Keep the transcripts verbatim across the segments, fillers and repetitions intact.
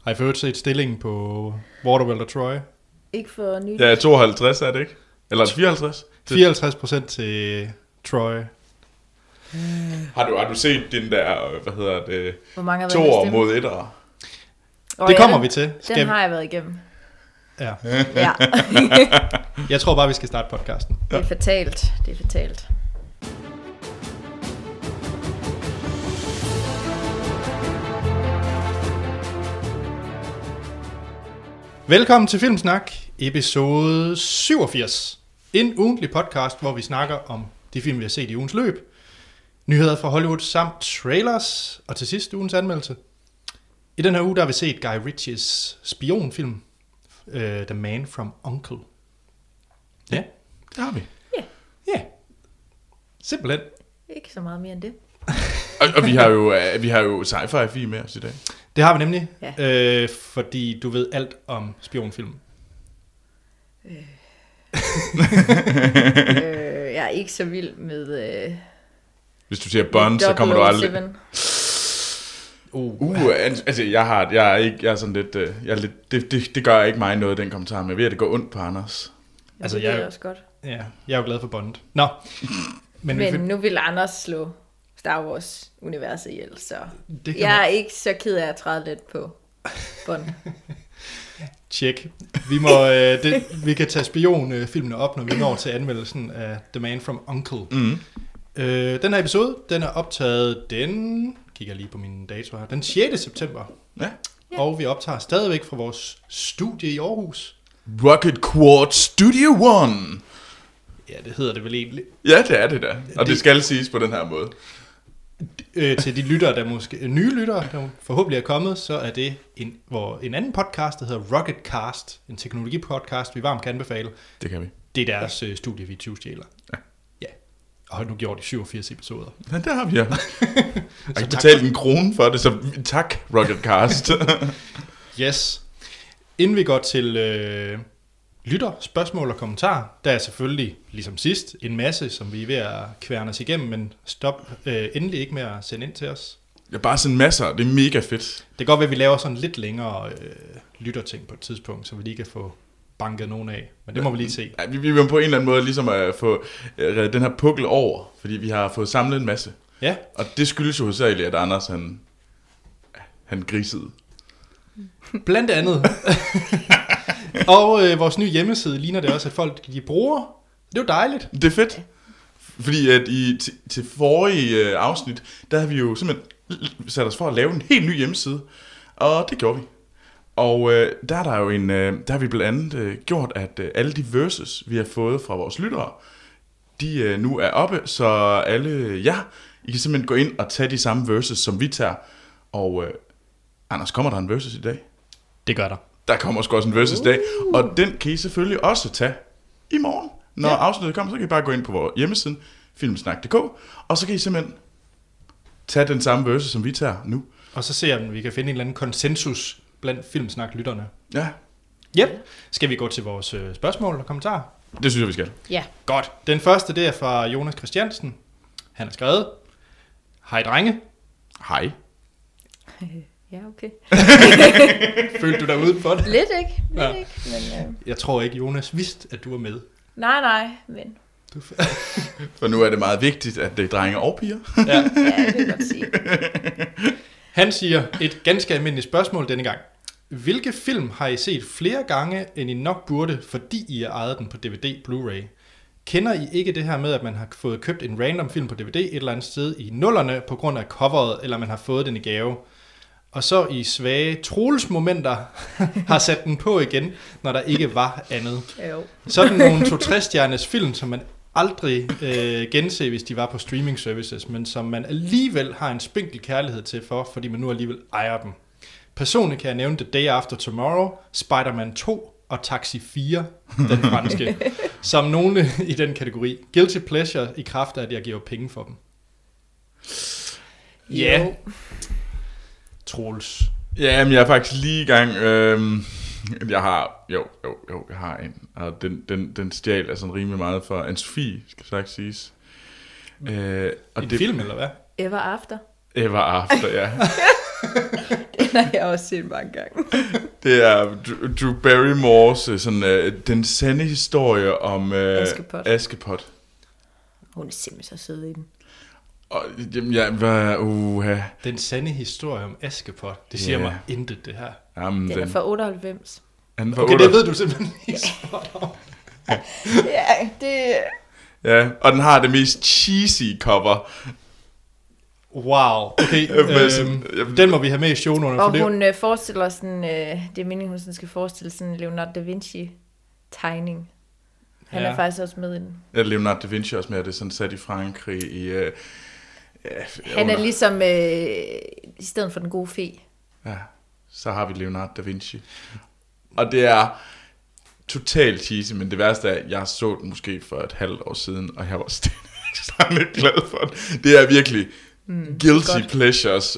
Har I ført set stillingen på Waterworld og Troy? Ikke for nyt. Ja, tooghalvtreds er det ikke? Eller fireoghalvtreds? fireoghalvtreds procent til Troy. Har du, har du set den der, hvad hedder det, Hvor mange har været toer med mod etter? Oh, det ja, kommer den, vi til. Skal Den har jeg været igennem. Ja. Ja. Jeg tror bare, vi skal starte podcasten. Det er fatalt. Det er fatalt. Velkommen til Filmsnak, episode syvogfirs. En ugentlig podcast, hvor vi snakker om de film, vi har set i ugens løb. Nyheder fra Hollywood samt trailers, og til sidst ugens anmeldelse. I den her uge der har vi set Guy Ritchies spionfilm, uh, The Man from Uncle. Ja, Det har vi. Ja. ja. Simpelthen. Ikke så meget mere end det. Og, og vi har jo, uh, vi har jo sci-fi med os i dag. Det har vi nemlig, Ja. øh, fordi du ved alt om spionfilm. øh, jeg er ikke så vild med... Øh, Hvis du siger Bond, så kommer du aldrig... double oh seven. Uh. Uh, altså, jeg har, jeg er ikke, jeg er sådan lidt, uh, jeg er lidt det, det, det gør ikke mig noget, den kommentar, men jeg ved, at det går ondt på Anders. Ja, Altså, det ved jeg- jeg også godt. Ja, jeg er jo glad for Bond. Nå, men, Men vi, nu vil Anders slå Star Wars-universet ihjel, så det kan jeg er man ikke så ked af at træde lidt på Bond. tjekke. Vi, må, øh, det, vi kan tage spionfilmene op, når vi når til anmeldelsen af The Man from Uncle. Mm. Øh, den her episode, den er optaget den, kigger lige på mine datoer her, den sjette september. Ja. Ja. Og vi optager stadigvæk fra vores studie i Aarhus. Rocket Quad Studio One. Ja, det hedder det vel egentlig. Ja, det er det da. Og det, Det- det skal siges på den her måde. Øh, til de lyttere, der måske øh, nye lyttere, der forhåbentlig er kommet, så er det en, hvor en anden podcast, der hedder Rocket Cast, en teknologipodcast, vi varmt kan anbefale. Det kan vi. Det er deres øh, studie, vi tyve-stjæler. Ja. Ja. Og har nu gjort i syvogfirs episoder. Ja, der har vi ja. Jeg har tak. ikke betalt en krone for det, så tak, Rocket Cast. Yes. Inden vi går til øh, lytter, spørgsmål og kommentarer, der er selvfølgelig, ligesom sidst, en masse, som vi er ved at kværne os igennem, men stop øh, endelig ikke med at sende ind til os. Jeg har bare sådan masser, det er mega fedt. Det kan godt være, at vi laver sådan lidt længere øh, lytterting på et tidspunkt, så vi lige kan få banket nogen af. Men det må vi lige se. Ja, vi, vi vil på en eller anden måde ligesom at få øh, reddet den her pukkel over, fordi vi har fået samlet en masse. Ja, Og det skyldes jo hovedsageligt, at Anders han, han grisede. blandt andet. Og øh, vores nye hjemmeside ligner det også, at folk de bruger. Det er jo dejligt. Det er fedt, fordi at i, til, til forrige øh, afsnit, der har vi jo simpelthen sat os for at lave en helt ny hjemmeside, og det gjorde vi. Og øh, der er der jo en, øh, der har vi blandt andet øh, gjort, at øh, alle de verses, vi har fået fra vores lyttere, de øh, nu er oppe, så alle jer, I kan simpelthen gå ind og tage de samme verses, som vi tager. Og øh, Anders, kommer der en verses i dag? Det gør der. Der kommer sgu også en versus i dag, og den kan I selvfølgelig også tage i morgen. Når Ja. ja. afsnittet kommer, så kan I bare gå ind på vores hjemmeside, filmsnak punktum d k, og så kan I simpelthen tage den samme versus, som vi tager nu. Og så ser jeg, om vi kan finde en eller anden konsensus blandt filmsnak-lytterne. Ja, Yep. Skal vi gå til vores øh, spørgsmål og kommentarer? det synes jeg, vi skal. Ja. Godt. Den første, det er fra Jonas Christiansen. Han har skrevet: Hej drenge. Hej. Ja, okay. Følte du dig uden for det? Lidt ikke, lidt Ja. ikke, men... Øh, Jeg tror ikke, Jonas vidste, at du var med. nej, nej, men... Du... For nu er det meget vigtigt, at det er drenge og piger. ja. Ja, det kan jeg godt sige. Han siger et ganske almindeligt spørgsmål denne gang. Hvilke film har I set flere gange, end I nok burde, fordi I har ejet den på D V D Blu-ray? Kender I ikke det her med, at man har fået købt en random film på D V D et eller andet sted i nullerne på grund af coveret, eller man har fået den i gave? Og så i svage Troels-momenter har sat den på igen, når der ikke var andet. Jo. Sådan nogle to-tre-stjernes film, som man aldrig øh, gense, hvis de var på streaming services, men som man alligevel har en spinkel kærlighed til for, fordi man nu alligevel ejer dem. Personligt kan jeg nævne The Day After Tomorrow, Spider-Man to og Taxi fire, den franske, som nogle i den kategori. Guilty pleasure i kraft af, at jeg giver penge for dem. Ja, Jo. Troels. Ja, men jeg er faktisk lige i gang. Øhm, jeg har, jo, jo, jo, jeg har en. Og den, den, den stjal altså rimelig meget for Anne-Sophie, skal sagt siges. Øh, og En det, film, eller hvad? Ever After. Ever After, ja. Den har jeg også set mange gange. Det er Drew Barrymores sådan, uh, den sande historie om uh, Askepot. Askepot. Hun er simpelthen så sød i den. Og, jamen, ja, hvad, uh, Den sande historie om Askepot. Det siger Ja. mig intet, det her. jamen, Den er fra otteoghalvfems. han var Okay, otte- det ved du simpelthen ikke. Ja, det... Ja, og den har det mest cheesy cover. Wow, okay. Men sådan, øhm, jamen, den må vi have med i shownoterne. Og for det- hun øh, forestiller sådan... Øh, det er meningen, hun sådan skal forestille sådan en Leonardo da Vinci-tegning. Han Ja. er faktisk også med i den. Ja, Leonardo da Vinci også med, at det er sådan sat i Frankrig i... Uh, Han er ligesom... Øh, I stedet for den gode fe. Ja, så har vi Leonardo da Vinci. Og det er totalt cheesy, men det værste er, at jeg så den måske for et halvt år siden, og jeg var stadig lidt glad for den. Det er virkelig mm, guilty godt. pleasures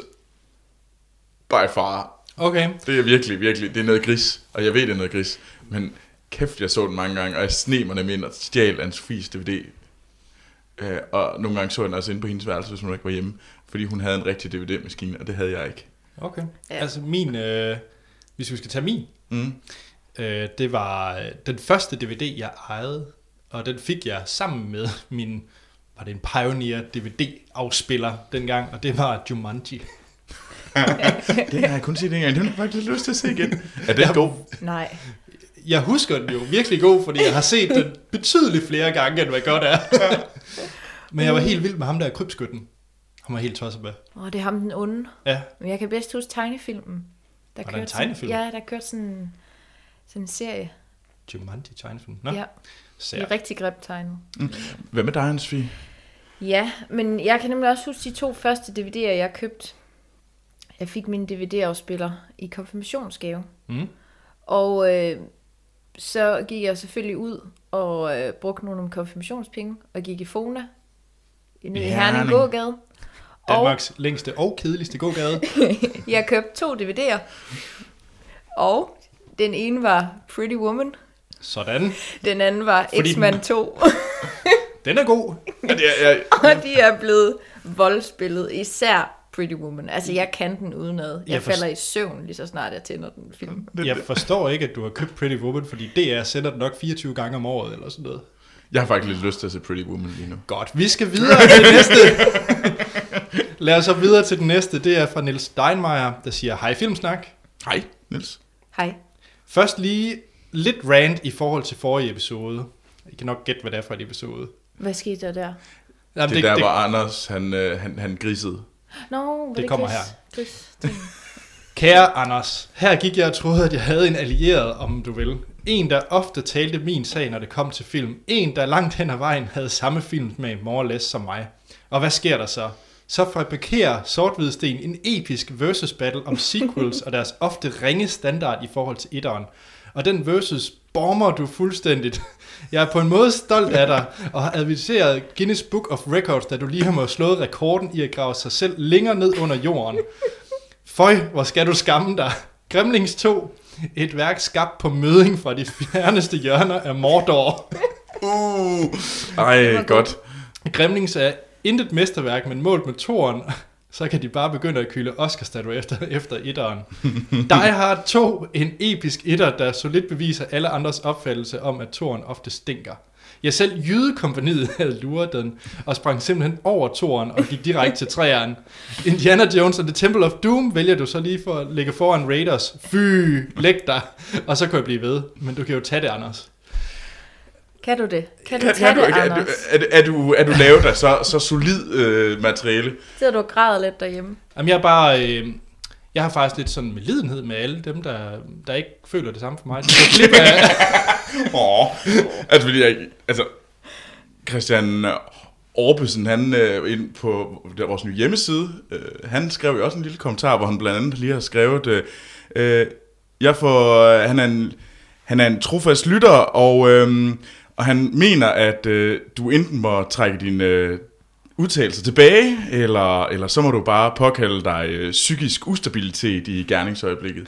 by far. Okay. Det er virkelig, virkelig, det er noget gris, og jeg ved, det er noget gris, men kæft, jeg så den mange gange, og jeg sneg mig nemlig ind og stjal Anne-Sophies D V D. Øh, og nogle gange så jeg den også inde på hendes værelse, hvis hun ikke var hjemme, fordi hun havde en rigtig D V D-maskine, og det havde jeg ikke. Okay. Ja. Altså min, øh, hvis vi skal tage min, Mm. øh, det var øh, den første D V D, jeg ejede, og den fik jeg sammen med min, var det en Pioneer D V D-afspiller dengang, og det var Jumanji. Det har jeg kun set en gang. Den har jeg faktisk lidt lyst til at se igen. Er det god? Nej. Jeg husker den jo virkelig god, fordi jeg har set den betydeligt flere gange, end hvad godt er. Men jeg var helt vild med ham der krybskytten. Han var helt tosset med. Åh, det er ham den onde. Ja, Men jeg kan bedst huske tegnefilmen. Der Var der en kørte tegnefilm? Sådan, ja, der kørte sådan, sådan en serie. Jumanji tegnefilm. Nå, Ja, ja. det er rigtig grimt tegnet. Hvad med dig, Anne-Sophie? Ja, men jeg kan nemlig også huske de to første D V D'er, jeg købte. Jeg fik min D V D-afspiller i konfirmationsgave. Mm. Og øh, så gik jeg selvfølgelig ud og øh, brugte nogle konfirmationspenge og gik i Fona i I Herning Herning. gågade. Og Danmarks længste og kedeligste gågade. jeg købte to D V D'er. Og den ene var Pretty Woman. Sådan. Den anden var Fordi X-Men den- to. Den er god. Ja, det er, jeg, Og de er blevet voldspillet, især Pretty Woman. Altså, jeg kan den udenad. Jeg Jeg forst- falder i søvn, lige så snart jeg tænder den film. Jeg forstår ikke, at du har købt Pretty Woman, fordi D R sender den nok fireogtyve gange om året, eller sådan noget. jeg har faktisk lidt lyst til at se Pretty Woman lige nu. Godt, vi skal videre til det næste. Lad os så videre til den næste. Det er fra Niels Steinmeier, der siger, hej Filmsnak. Hej, Niels. Hej. Først lige lidt rant i forhold til forrige episode. I kan nok gætte, hvad det er for en episode. Hvad skete der der? Jamen, Det, det der, hvor Anders, han, øh, han, han grisede. Nå, var Det det kommer Chris? her. Chris. Kære Anders, her gik jeg og troede, at jeg havde en allieret, om du vil. En, der ofte talte min sag, når det kom til film. En, der langt hen ad vejen havde samme film med more or less som mig. Og hvad sker der så? Så fabrikerer Sort-Hvid-Sten en episk versus battle om sequels og deres ofte ringe standard i forhold til etteren. Og den versus bomber du fuldstændigt. Jeg er på en måde stolt af dig, og har adviseret Guinness Book of Records, da du lige har slået rekorden i at grave sig selv længere ned under jorden. Føj, hvor skal du skamme dig. Gremlings to, et værk skabt på møding fra de fjerneste hjørner af Mordor. Uh, ej, godt. Gremlings er intet mesterværk, men målt med toren, så kan de bare begynde at kyle Oscar-statuer efter, efter etteren. Die Hard to, en episk etter, der solidt beviser alle andres opfattelse om, at toren ofte stinker. Ja, selv Jydekompaniet havde luret den, og sprang simpelthen over toren og gik direkte til træeren. Indiana Jones and the Temple of Doom vælger du så lige for at lægge foran Raiders. Fy, læg dig. Og så kan jeg blive ved. Men du kan jo tage det, Anders. Kan du det? Kan du Kan, tage kan du, det, ikke- er, Anders? du, er, du- er, du, er du lavet af så, så solid øh, materiale? Sidder du og græder lidt derhjemme? Jamen, jeg er bare... Øh, jeg har faktisk lidt sådan medlidenhed med alle dem, der, der ikke føler det samme for mig. Så jeg glip af... Åh, altså fordi jeg, altså Christian Orbesen, han øh, ind på der, vores nye hjemmeside, øh, han skrev jo også en lille kommentar, hvor han blandt andet lige har skrevet, øh, øh, jeg får, øh, han er en, han er en trofast lytter, og, øh, og han mener, at øh, du enten må trække dine øh, udtalelser tilbage, eller, eller så må du bare påkalde dig øh, psykisk ustabilitet i gerningsøjeblikket.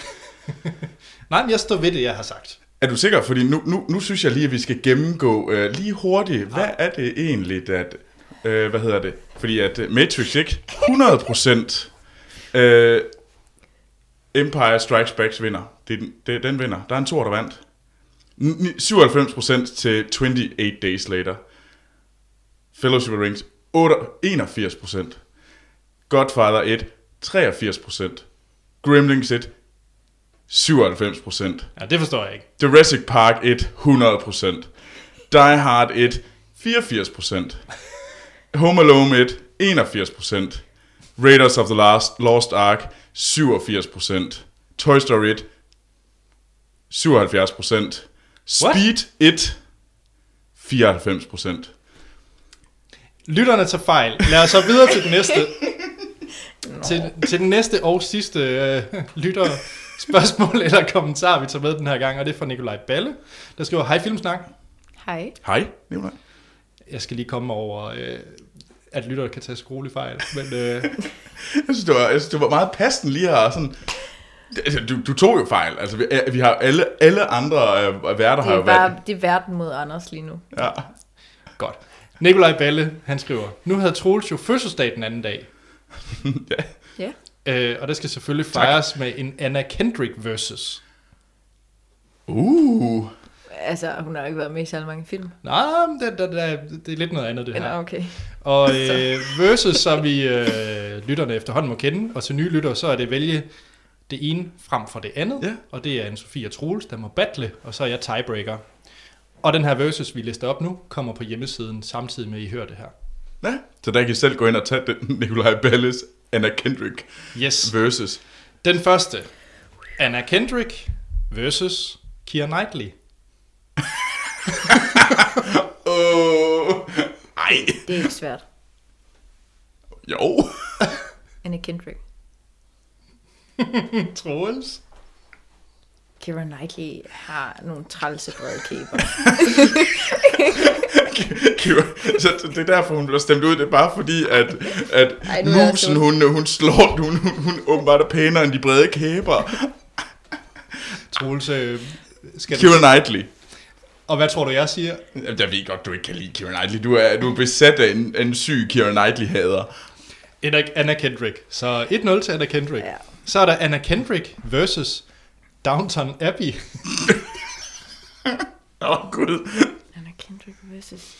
Nej, men jeg står ved det, jeg har sagt. Er du sikker? Fordi nu, nu, nu synes jeg lige, at vi skal gennemgå øh, lige hurtigt, hvad er det egentlig, at, øh, hvad hedder det? Fordi at øh, Matrix ikke hundrede procent, øh, Empire Strikes Back vinder. Det er den, det, den vinder. Der er en toer, der vandt. syvoghalvfems procent til twenty-eight Days Later. Fellowship of the Rings, enogfirs procent. Godfather et, treogfirs procent. Gremlins et, syvoghalvfems procent. Ja, det forstår jeg ikke. Jurassic Park et, hundrede procent. Die Hard et, fireogfirs procent. Home Alone et, enogfirs procent. Raiders of the Last, Lost Ark, syvogfirs procent. Toy Story et, syvoghalvfjerds procent. Speed et, fireoghalvfems procent. Lytterne tager fejl. Lad os så videre til den næste. til, til den næste og sidste øh, lytter spørgsmål eller kommentar, vi tager med den her gang, og det er fra Nikolaj Balle, der skriver, hej Filmsnak. Hej. Hej, Nikolaj. Jeg skal lige komme over, øh, at lyttere kan tage skruelig fejl, men... Øh, jeg, synes, det var, jeg synes, det var meget passende lige her, sådan... Altså, du, du tog jo fejl. Altså, vi, vi har alle, alle andre øh, værter har jo bare, været... det er verden mod Anders lige nu. Ja. Godt. Nikolaj Balle, han skriver, nu havde Troels jo fødselsdag den anden dag. ja. Ja. Øh, og det skal selvfølgelig fejres tak. Med en Anna Kendrick versus. Uh. Altså, hun har jo ikke været med i så mange film. Nej, det, det, det, det er lidt noget andet, det her. Eller okay. Og øh, versus, så vi øh, lytterne efterhånden må kende, og til nye lyttere, så er det vælge det ene frem for det andet. Ja. Og det er en Sofie og Troels, der må battle, og så er jeg tiebreaker. Og den her versus, vi lister op nu, kommer på hjemmesiden samtidig med, at I hører det her. Ja, så der kan I selv gå ind og tage den Nikolaj Balles Anna Kendrick yes. versus. Den første, Anna Kendrick versus Keira Knightley. oh, ej. Det er ikke svært. Jo. Anna Kendrick. Troels. Keira Knightley har nogle trælse brede kæber. Så det er derfor, hun bliver stemt ud. Det er bare fordi, at, at Ej, musen, hun, hun slår, hun, hun, hun åbenbart er pænere end de brede kæber. Troels, øh, skal Keira Knightley. Og hvad tror du, jeg siger? Jeg ved godt, du ikke kan lide Keira Knightley. Du er, du er besat af en, en syg Keira Knightley-hader. Anna Kendrick. Så et nul til Anna Kendrick. Ja. Så er der Anna Kendrick versus Downton Abbey. Åh, oh, gud. Anna Kendrick versus...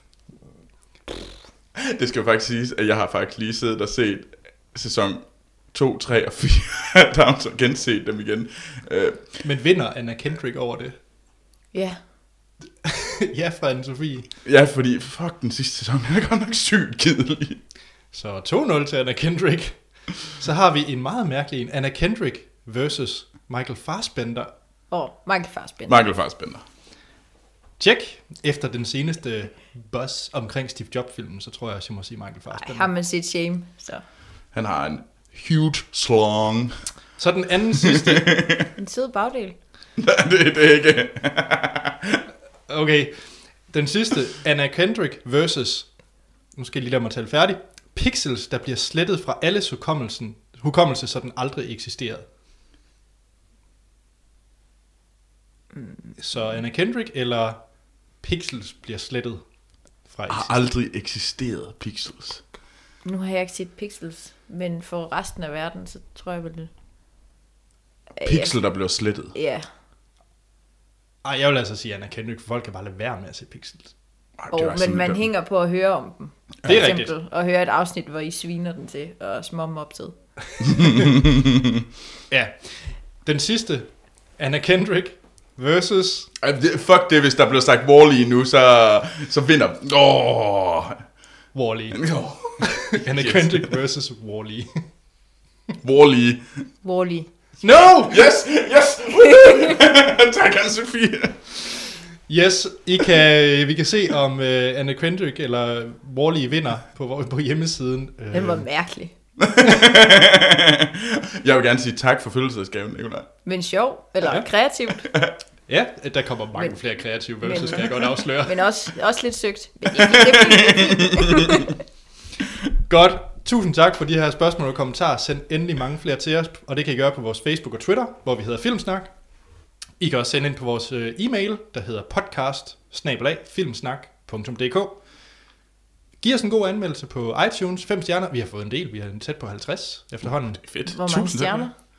Det skal jo faktisk siges, at jeg har faktisk lige siddet og set sæson to, tre og fire. Downton, genset dem igen. Uh, Men vinder Anna Kendrick over det? Ja. Ja, fra Anne-Sophie. Ja, fordi fuck, den sidste sæson er godt nok sygt kedelig. Så to nul til Anna Kendrick. Så har vi en meget mærkelig en. Anna Kendrick versus Michael Fassbender. Åh, oh, Michael Fassbender. Michael Fassbender. Tjek. Efter den seneste buzz omkring Steve Jobs-filmen, så tror jeg, at jeg må sige Michael Fassbender. Ej, har man set Shame, så... Han har en huge slong. Så den anden sidste. En sød bagdel. Nej, det, det er ikke. Okay. Den sidste. Anna Kendrick versus... Nu skal jeg lige lade mig tale færdig. Pixels, der bliver slettet fra alles hukommelsen, hukommelse, så den aldrig eksisterede. Mm. Så Anna Kendrick eller Pixels bliver slettet fra Har aldrig eksisteret Pixels. Nu har jeg ikke set Pixels, men for resten af verden, så tror jeg vel... Pixel, der bliver slettet? Ja. Ej, jeg vil altså sige Anna Kendrick, for folk kan bare lade være med at se Pixels. Ej, Oh, men man hænger på at høre om dem. Det er rigtigt. Og høre et afsnit, hvor I sviner den til og småm op til. Ja. Den sidste, Anna Kendrick versus... Fuck det, hvis der bliver sagt Wall-E nu, så, så vinder... Åh... Oh. Wall-E. Oh. Anna Yes. Kendrick versus Wall-E. Wall-E. Wall-E. No! Yes! Yes! Tak, Anne-Sophie. Yes, I kan, vi kan se om uh, Anna Kendrick eller Wall-E vinder på, på hjemmesiden. Den var mærkelig. Jeg vil gerne sige tak for fødselsdagsgaven, Nikolaj. Men sjov, eller Ja. kreativt. Ja, der kommer mange Men- flere kreative versus, men- skal jeg godt afsløre. Men også, også lidt søgt. Men det er fint. Godt. Tusind tak for de her spørgsmål og kommentarer. Send endelig mange flere til os, og det kan I gøre på vores Facebook og Twitter, hvor vi hedder Filmsnak. I kan også sende ind på vores øh, e-mail, der hedder podcast bindestreg filmsnak punktum d k. Giv os en god anmeldelse på iTunes. Fem stjerner. Vi har fået en del. Vi er tæt på halvtreds efterhånden. Det er fedt. Hvor mange Tusind tak. stjerner?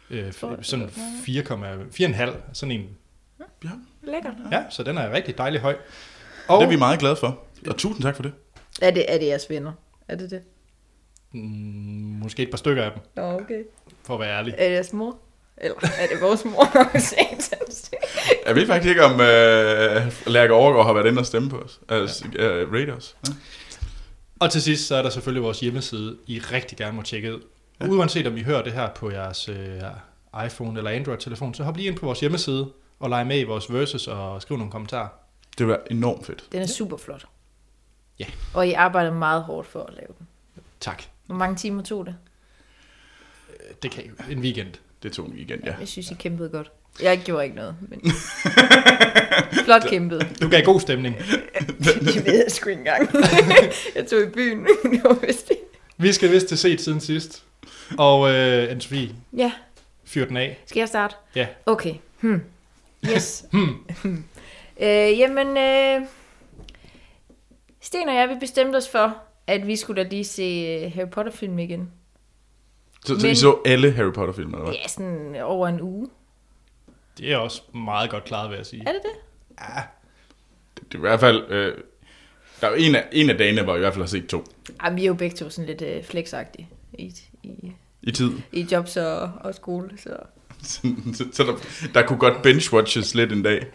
Øh, sådan fire komma fire, sådan en. Ja. Lækkert. Ja, så den er rigtig dejlig høj. Og det er vi meget glade for. Og tusind tak for det. Er det, er det jeres venner? Er det det? Mm, måske et par stykker af dem, Nå, okay. for at være ærlig. Er det jeres mor? Eller er det vores mor? Jeg ved faktisk ikke, om uh, Lærke Overgaard har været inde og stemme på os. Altså, ja. uh, rate os. Ja. Og til sidst, så er der selvfølgelig vores hjemmeside, I rigtig gerne må tjekke ud. Ja. Uanset om I hører det her på jeres uh, iPhone eller Android-telefon, så hop lige ind på vores hjemmeside og lege med i vores verses og skriv nogle kommentarer. Det var enormt fedt. Den er super flot. Ja. Og I arbejder meget hårdt for at lave den. Tak. Hvor mange timer tog det? Det kan en weekend. Det tog en weekend, ja. Jeg synes, I kæmpede godt. Jeg gjorde ikke noget, men flot kæmpet. Du gav god stemning. Det ved jeg sgu ikke engang. Jeg tog i byen. Det var vist det. Vi skal vist til set siden sidst. Og øh, Anne-Sophie, Ja. fyr den af. Skal jeg starte? Ja. Okay. Hmm. Yes. Hmm. øh, jamen, øh, Sten og jeg, vi bestemte os for, at vi skulle da lige se Harry Potter-film igen. Så, så Men, I så alle Harry Potter-filmer, eller hvad? Ja, sådan over en uge. Det er også meget godt klaret, vil jeg sige. Er det det? Ja. Det, det er i hvert fald... Øh, der er jo en af, en af dagene, hvor jeg i hvert fald har set to. Ej, vi er jo begge to sådan lidt øh, flexagtige i, i, I tid. i jobs og, og skole, så... så, så, så der, der kunne godt bench-watches lidt en dag.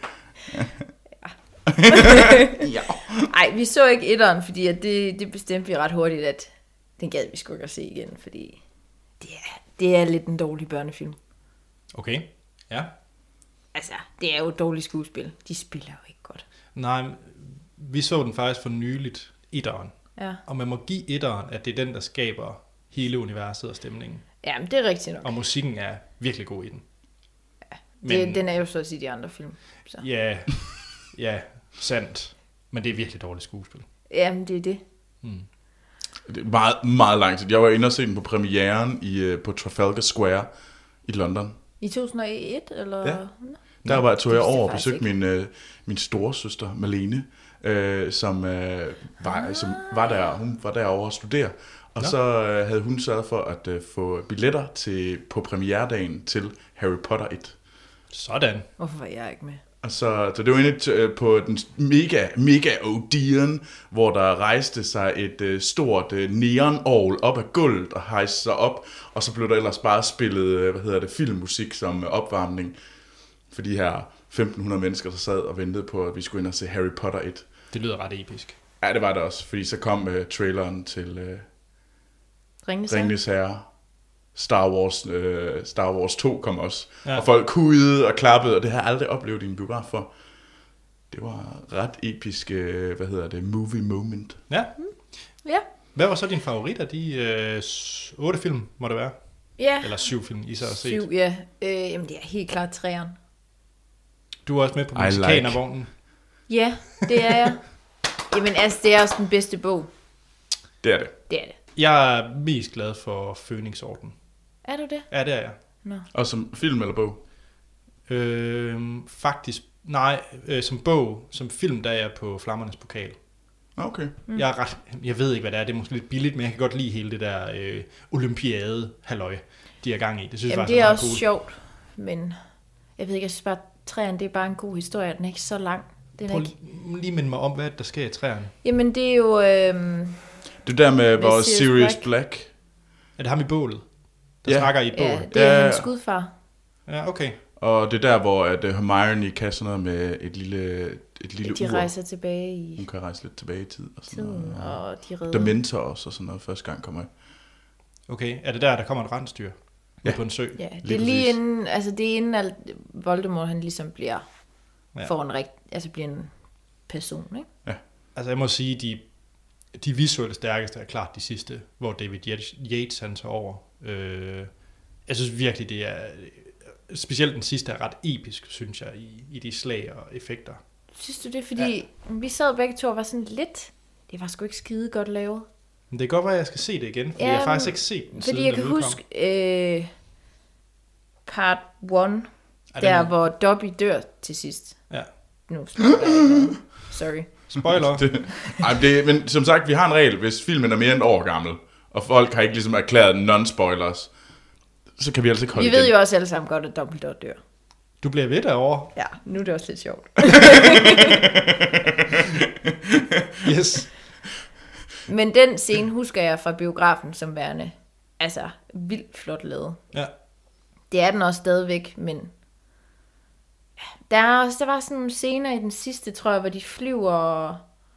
Ja. Ej, vi så ikke etteren, fordi at det, det bestemte vi ret hurtigt, at den gad vi sgu ikke at se igen, fordi det er, det er lidt en dårlig børnefilm. Okay, ja. Altså, det er jo et dårligt skuespil. De spiller jo ikke godt. Nej, vi så den faktisk for nyligt, etteren. Ja. Og man må give etteren, at det er den, der skaber hele universet og stemningen. Ja, men det er rigtigt nok. Og musikken er virkelig god i den. Ja, men, det, den er jo så at sige de andre film. Så. Ja, ja, sandt. Men det er virkelig dårligt skuespil. Jamen, det er det. Hmm. Det er meget, meget lang tid. Jeg var inde og se den på premieren i, på Trafalgar Square i London. I to tusind og et, eller? Ja. Der var, tog jeg over og besøgte min, øh, min storesøster, Malene, øh, som, øh, var, ah. som var der. Hun var derovre og studere. Og Nå. så øh, havde hun sørget for at øh, få billetter til, på premieredagen til Harry Potter et. Sådan. Hvorfor var jeg ikke med? Og så, så det var inde øh, på den mega, mega Odeon, hvor der rejste sig et øh, stort øh, neonorgel op ad gulvet og hejste sig op. Og så blev der ellers bare spillet, øh, hvad hedder det, filmmusik som øh, opvarmning. For de her femten hundrede mennesker, der sad og ventede på, at vi skulle ind og se Harry Potter et. Det lyder ret episk. Ja, det var det også, fordi så kom øh, traileren til øh, Ringenes Herre. Star Wars, øh, Star Wars to kom også. Ja. Og folk kudede og klappede, og det har jeg aldrig oplevet i en biograf for. Det var ret episk, øh, hvad hedder det, movie moment. Ja. Mm. Ja. Hvad var så din favorit af de øh, otte film, må det være? Ja. Eller syv film, I så har set? Syv, ja. Øh, jamen, det er helt klart træeren. Du er også med på Mexikanervognen. Like. Ja, det er jeg. Jamen, altså, det er også den bedste bog. Det er det. Det er det. Jeg er mest glad for Fønixorden. Er du det? Ja, det er jeg. Nå. Og som film eller bog? Øh, faktisk, nej, øh, som bog, som film, der er jeg på Flammernes Pokal. Okay. Mm. Jeg, er ret, jeg ved ikke, hvad det er, det er måske lidt billigt, men jeg kan godt lide hele det der øh, olympiade-halløj, de er gang i. Det synes Jamen, jeg det er, er også cool. sjovt, men jeg ved ikke, jeg synes bare, træerne, det er bare en god historie, den er ikke så lang. Den Prøv ikke... lige minde mig om, hvad der sker i træerne. Jamen, det er jo... Øh... Det der med vores Sirius Black. Black. Er det ham i bålet? Der ja. snakker i et bål? Ja, det er ja. hans skudfar. Ja, okay. Og det er der, hvor at Hermione kan sådan noget med et lille, et lille de ur. rejser tilbage i... Hun kan rejse lidt tilbage i tid. Og sådan tiden, noget. og de redder... Dementor også, og sådan noget, første gang kommer jeg. Okay, er det der, der kommer et rensdyr? Ja. På en sø? Ja, det er lige inden, altså det er inden, at Voldemort, han ligesom bliver, ja. får en rigt, altså bliver en person, ikke? Ja. Altså jeg må sige, de, de visuelle stærkeste er klart de sidste, hvor David Yates han tager over. Øh, jeg synes virkelig, det er, specielt den sidste er ret episk, synes jeg, i, i de slag og effekter. Synes du det? Fordi ja. vi sad begge to og var sådan lidt, det var sgu ikke skide godt lavet. Men det kan godt være, at jeg skal se det igen, fordi ja, jeg har faktisk ikke set den fordi siden jeg kan udkom. huske øh, part one, der den... hvor Dobby dør til sidst. Ja. Nu spoiler jeg ikke noget. Sorry. Spoiler. det, ej, det, men som sagt, vi har en regel, hvis filmen er mere end et år gammel, og folk har ikke ligesom erklæret non-spoilers, så kan vi altså ikke holde Vi ved igen. jo også alle sammen godt, at Dumbledore dør. Du bliver ved derovre. Ja, nu er det også lidt sjovt. Yes. Men den scene husker jeg fra biografen som værende, altså vildt flot lavet. Ja. Det er den også stadigvæk, men der, er også, der var sådan nogle scener i den sidste, tror jeg, hvor de flyver,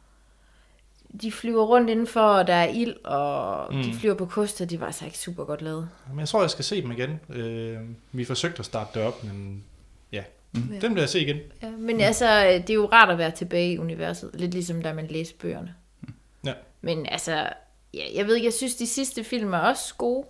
de flyver rundt indenfor, og der er ild, og mm. de flyver på koster, de var altså ikke super godt lavet. Men jeg tror, jeg skal se dem igen. Øh, vi forsøgte at starte det op, men ja, mm. dem vil jeg se igen. Ja, men altså, det er jo rart at være tilbage i universet, lidt ligesom da man læste bøgerne. Ja. Men altså, ja, jeg ved ikke, jeg synes, de sidste film er også gode,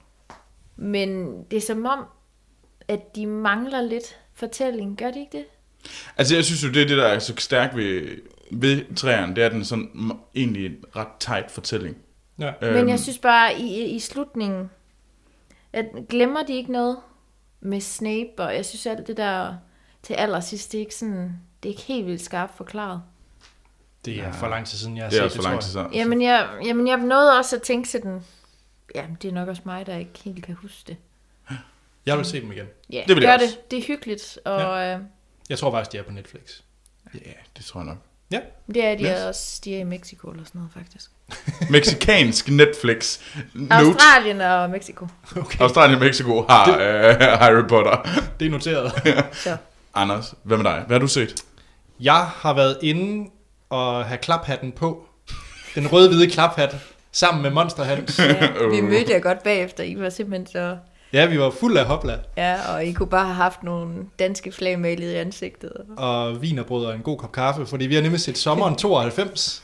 men det er som om, at de mangler lidt fortælling. Gør de ikke det? Altså, jeg synes jo, det er det, der er så stærkt ved, ved træerne, det er den sådan m- egentlig en ret tight fortælling. Ja. Men jeg synes bare, i, i slutningen, at glemmer de ikke noget med Snape, og jeg synes alt det der til allersidst, det er ikke sådan, det er ikke helt vildt skarpt forklaret. Det er for lang tid siden, jeg har Det er set også det, for tror lang jeg. tid siden. Jamen jeg, jamen, jeg nåede også at tænke sådan, jamen, det er nok også mig, der ikke helt kan huske det. Jeg vil se dem igen. Ja, Det vil jeg gør også. det. Det er hyggeligt, og Ja. øh, Jeg tror faktisk, de er på Netflix. Ja, det tror jeg nok. Ja. det er de Yes. også, de er i Mexico eller sådan noget faktisk. Mexikansk Netflix. Note. Australien og Mexico. Okay, Australien og Mexico har øh, Harry Potter. det er noteret. Så. Anders, hvad med dig? Hvad har du set? Jeg har været inde og have klaphatten på. Den røde-hvide klaphat. Sammen med Monster Hans. Ja, vi mødte jer godt bagefter, I var simpelthen så... Ja, vi var fuld af hopla. Ja, og I kunne bare have haft nogle danske flag malet i ansigtet. Og vinerbrød og en god kop kaffe. Fordi vi har nemlig set sommeren tooghalvfems.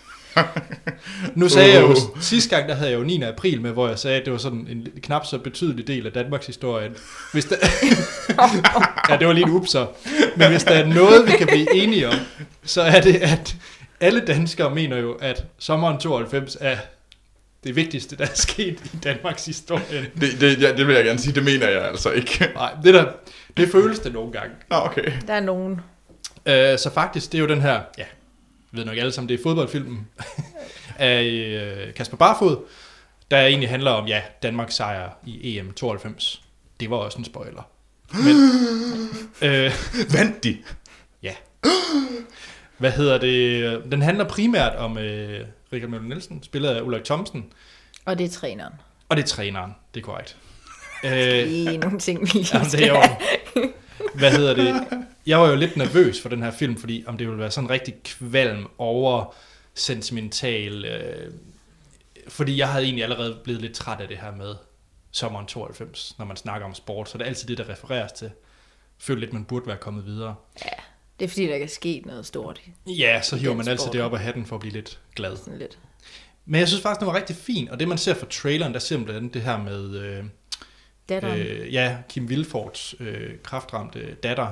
Nu sagde jeg jo, sidste gang der havde jeg jo niende april med, hvor jeg sagde, at det var sådan en knap så betydelig del af Danmarks historie. Hvis der... ja, det var lige et upser. Men hvis der er noget, vi kan blive enige om, så er det, at alle danskere mener jo, at sommeren tooghalvfems er det vigtigste, der er sket i Danmarks historie. Det, det, ja, det vil jeg gerne sige, det mener jeg altså ikke. Nej, det, der, det føles det nogle gange. Nå, okay. Der er nogen. Uh, så faktisk, det er jo den her, ja, jeg ved nok alle sammen, det er fodboldfilmen af uh, Kasper Barfod, der egentlig handler om, ja, Danmarks sejr i E M tooghalvfems. Det var også en spoiler. Men, uh, Vandt de? ja. Hvad hedder det? Den handler primært om uh, Richard Møller Nielsen, spillet af Ulrik Thomsen, Og det er træneren. og det er træneren, det er korrekt. Uh, Det er nogle ting, vi lige Jamen, det er jo... Hvad hedder det? Jeg var jo lidt nervøs for den her film, fordi om det ville være sådan rigtig kvalm over sentimental... Øh, fordi jeg havde egentlig allerede blevet lidt træt af det her med sommeren tooghalvfems, når man snakker om sport. Så det er altid det, der refereres til. Føler lidt, man burde være kommet videre. Ja, det er fordi, der kan ske noget stort. Ja, så hiver den man altid sport. det op af hatten for at blive lidt glad. Sådan lidt. Men jeg synes faktisk, det var rigtig fint. Og det, man ser fra traileren, der ser man blandt andet det her med... Øh, Datteren. Øh, ja, Kim Vilfords øh, kraftramte datter.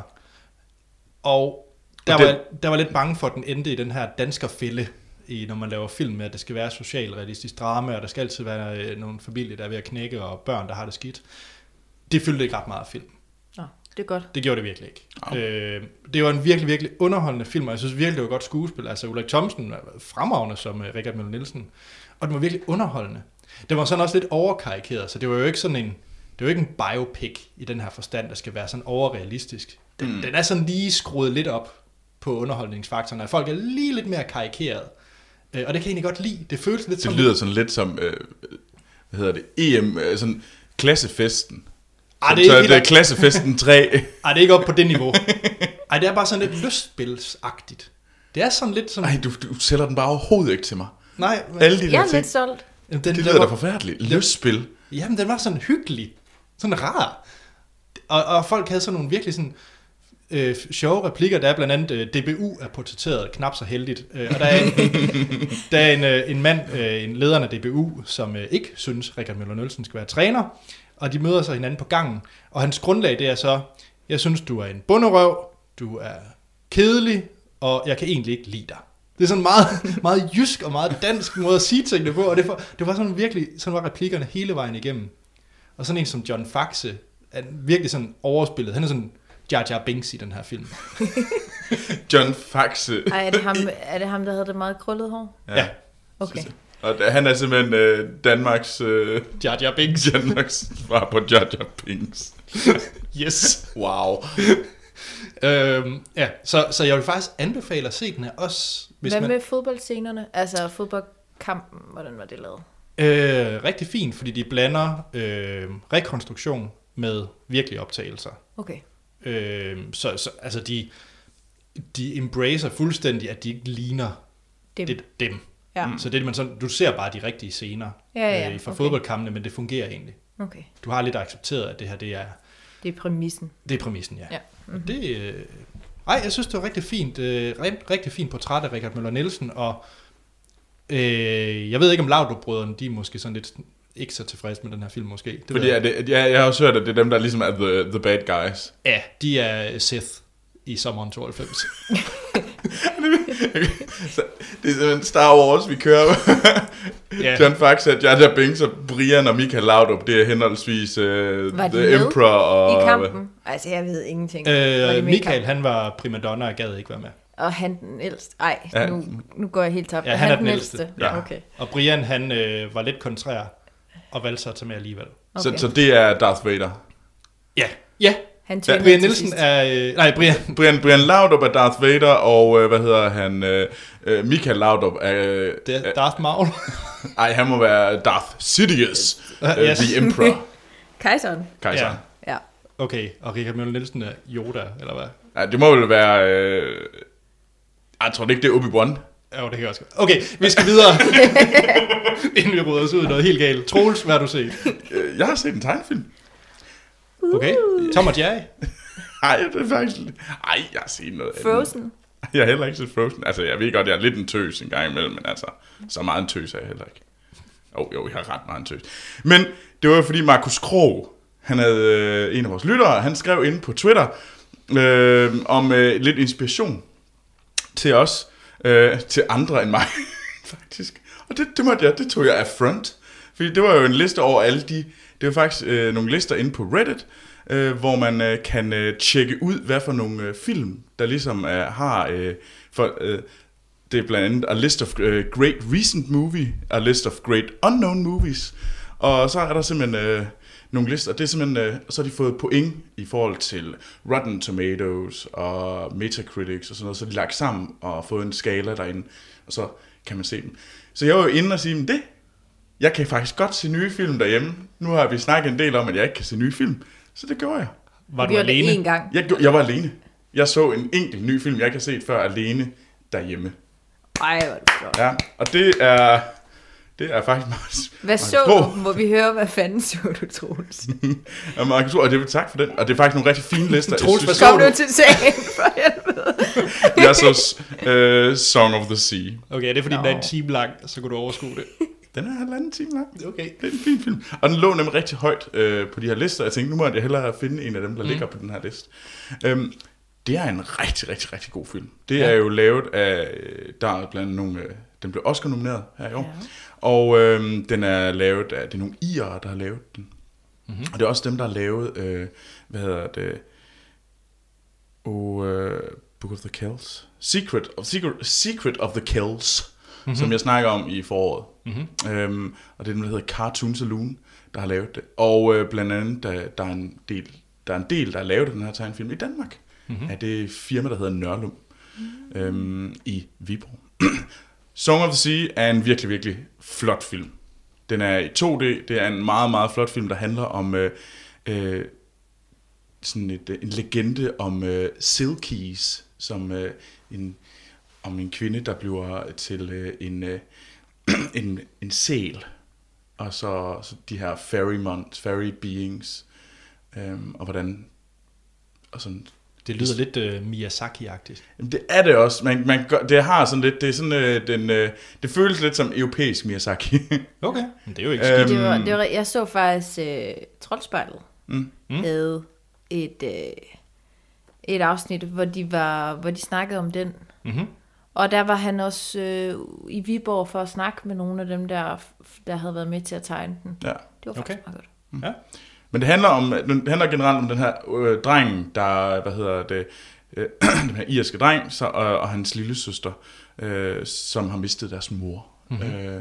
Og der, Og var, den- der var lidt bange for, at den endte i den her danskerfælde, i, når man laver film med, at det skal være socialrealistisk drama, og der skal altid være øh, nogle familier, der er ved at knække, og børn, der har det skidt. Det fyldte ikke ret meget af film. Nå, det er godt. Det gjorde det virkelig ikke. Oh. Øh, det var en virkelig, virkelig underholdende film, og jeg synes virkelig, det var godt skuespil. Altså, Ulrik Thomsen var fremragende som uh, Richard Møller Nielsen, og den var virkelig underholdende. Det var sådan også lidt overkarikeret, så det var jo ikke sådan en, det var ikke en biopic i den her forstand, der skal være sådan overrealistisk. Den, mm. den er sådan lige skruet lidt op på underholdningsfaktoren, og folk er lige lidt mere karikeret. Øh, og det kan jeg egentlig godt lide. Det føles lidt Det som... lyder sådan lidt som, øh, hvad hedder det, E M, øh, sådan klassefesten. Ej, det er så ikke det er helt- klassefesten tre. Ej, det er ikke op på det niveau. Ej, det er bare sådan lidt lystspilsagtigt. Det er sådan lidt som... Nej, du, du sælger den bare overhovedet ikke til mig. Nej, men, Alle de Jeg der er ting. lidt solgt. den, Det den lyder da var- forfærdeligt. Lystspil. Jamen, den var sådan hyggelig. Sådan rar. Og, og folk havde sådan nogle virkelig sådan øh, sjove replikker. Der er blandt andet, øh, D B U er portrætteret knap så heldigt. Øh, og der er en, der er en, øh, en mand, øh, en lederen af D B U, som øh, ikke synes, Richard Møller Nielsen skal være træner. Og de møder sig hinanden på gangen. Og hans grundlag, det er så, jeg synes, du er en bunderøv, du er kedelig, og jeg kan egentlig ikke lide dig. Det er sådan en meget, meget jysk og meget dansk måde at sige tingene på, og det var, det var sådan virkelig, sådan var replikkerne hele vejen igennem. Og sådan en som John Faxe er virkelig sådan overspillet. Han er sådan Jar Jar Binks i den her film. John Faxe. Ej, er det ham, er det ham der havde det meget krøllet hår? Ja. Okay. Og han er simpelthen øh, Danmarks... Øh, Jar Jar Binks. Danmarks svar på Jar Jar Binks. Yes. Wow. øhm, ja, så, så jeg vil faktisk anbefale at se den her også. Hvis Hvad man, med fodboldscenerne? Altså fodboldkampen, hvordan var det lavet? øh, rigtig fint, fordi de blander øh, rekonstruktion med virkelige optagelser. Okay. Øh, så, så altså de, de embracer fuldstændig, at de ikke ligner Dem. det, dem. Ja. Så det er man sådan, du ser bare de rigtige scener Ja, ja, øh, fra okay. fodboldkampene, men det fungerer egentlig. Okay. Du har lidt accepteret, at det her det er, Det er præmissen. det er præmissen, ja. Ja. Mm-hmm. Og det, øh, ej, jeg synes, det var rigtig fint, øh, rigtig, rigtig fint portræt af Richard Møller Nielsen, og øh, jeg ved ikke, om Laudrup-brødrene, de er måske sådan lidt ikke så tilfredse med den her film, måske. Det Fordi ved jeg. er det, jeg, jeg har også hørt, at det er dem, der ligesom er the, the bad guys. Ja, de er Sith i sommeren tooghalvfems. Så det er simpelthen Star Wars, vi kører. Ja. John Fax, Jar Jar Binks og Brian og Michael Laudrup, det er henholdsvis uh, Var de The med Emperor og... I kampen? Altså, jeg ved ingenting. Var de Øh, med i Michael, kampen? han var primadonna og gad ikke være med. Og han den ældste. Ej, Ja. nu, nu går jeg helt tabt. Ja, han er den ældste. Ja. Okay. Og Brian, han øh, var lidt kontrær og valgte sig at tage med alligevel. Så, okay. så det er Darth Vader. Ja, ja. Han Ja, tvingede Brian til Nielsen sidst. er... Øh, nej, Brian. Brian, Brian Laudrup er Darth Vader, og øh, hvad hedder han? Øh, øh, Michael Laudrup er... Øh, Det er Darth Maul. ej, han må være Darth Sidious, øh, Yes. The Emperor. Kejseren. Kejser. Ja. Ja. Okay, og Richard Møller Nielsen er Yoda, eller hvad? Ja, det må vel være... Øh, jeg tror ikke, det er Obi-Wan. Ja, det kan jeg også godt. Okay, vi skal videre, inden vi råder os ud i noget helt galt. Troels, hvad har du set? Øh, Jeg har set en tegnefilm. Okay, Tom og Jerry. Ej, det er faktisk... Ej, jeg har set noget andet. Frozen. Jeg har heller ikke set Frozen. Altså, jeg ved godt, jeg er lidt en tøs en gang imellem, men altså, så meget en tøs er jeg heller ikke. Jo, oh, jo, jeg har ret meget en tøs. Men det var jo fordi Markus Krog, han havde øh, en af vores lyttere, han skrev inde på Twitter øh, om øh, lidt inspiration til os, øh, til andre end mig, faktisk. Og det, det måtte jeg, det tog jeg af front. Fordi det var jo en liste over alle de, det var faktisk øh, nogle lister inde på Reddit, øh, hvor man øh, kan øh, tjekke ud, hvad for nogle øh, film, der ligesom øh, har, øh, for, øh, det er blandt andet a list of øh, great recent movie, a list of great unknown movies, og så er der simpelthen øh, nogle lister, det er simpelthen, øh, så har de fået point i forhold til Rotten Tomatoes og Metacritics og sådan noget, så de lagt sammen og fået en skala derinde, og så kan man se dem. Så jeg var jo inde og sige, men det, jeg kan faktisk godt se nye film derhjemme. Nu har vi snakket en del om, at jeg ikke kan se nye film, så det gjorde jeg. Var du gjorde det alene? en gang. Jeg, jeg var alene. Jeg så en enkelt ny film, jeg ikke har set før, alene derhjemme. Ej, hvor er det flot. Ja, og det er, det er faktisk meget... Hvad så du? Må vi høre, hvad fanden så du, Troels? Ja, Markus, og det vil tak for den. Og det er faktisk nogle rigtig fine lister. Troels, Jeg synes, hvad Kom så nu du? til sagen, for helvede. jeg så uh, Song of the Sea. Okay, det er fordi, Nå. den er en time lang, så kunne du overskue det. Den er halvanden time lang. Okay. Det er en fin film. Og den lå nemlig rigtig højt øh, på de her lister. Jeg tænkte, nu må jeg hellere finde en af dem, der mm. ligger på den her liste. Øhm, det er en rigtig, rigtig, rigtig god film. Det Ja. er jo lavet af, der er blandt andet nogle, øh, den blev Oscar nomineret her i år. Ja. Og øh, den er lavet af, det er nogle irere, der har lavet den. Mm-hmm. Og det er også dem, der har lavet, øh, hvad hedder det, og, øh, Book of the Kells. Secret of, Secret, Secret of the Kells. Mm-hmm. Som jeg snakker om i foråret. Mm-hmm. Øhm, og det er den, der hedder Cartoon Saloon, der har lavet det. Og øh, blandt andet, der, der, er en del, der er en del, der har lavet den her tegnefilm i Danmark. Mm-hmm. Af det firma, der hedder Nørlum mm-hmm. øhm, i Viborg. Song of the Sea er en virkelig, virkelig flot film. Den er i to D. Det er en meget, meget flot film, der handler om øh, øh, sådan et, en legende om øh, Silkies, som øh, en... om en kvinde, der bliver til øh, en, øh, en, en sæl, og så, så de her fairy months, fairy beings, øhm, og hvordan, og sådan. Det lyder lidt uh, Miyazaki-agtigt. Jamen, det er det også. Man, man gør, det har sådan lidt, det er sådan, øh, den, øh, det føles lidt som europæisk Miyazaki. Okay, men det er jo ikke Øhm, skidt. Det var, det var, jeg så faktisk øh, Troldspejlet Mm. Mm. havde et, øh, et afsnit, hvor de, var, hvor de snakkede om den. Mm-hmm. Og der var han også øh, i Viborg for at snakke med nogle af dem, der, der havde været med til at tegne den. Ja. Det var faktisk Okay. meget godt. Ja. Men det handler om, det handler generelt om den her øh, dreng, der, hvad hedder det, øh, den her irske dreng, så, og, og hans lille søster, øh, som har mistet deres mor. Mm-hmm. Øh,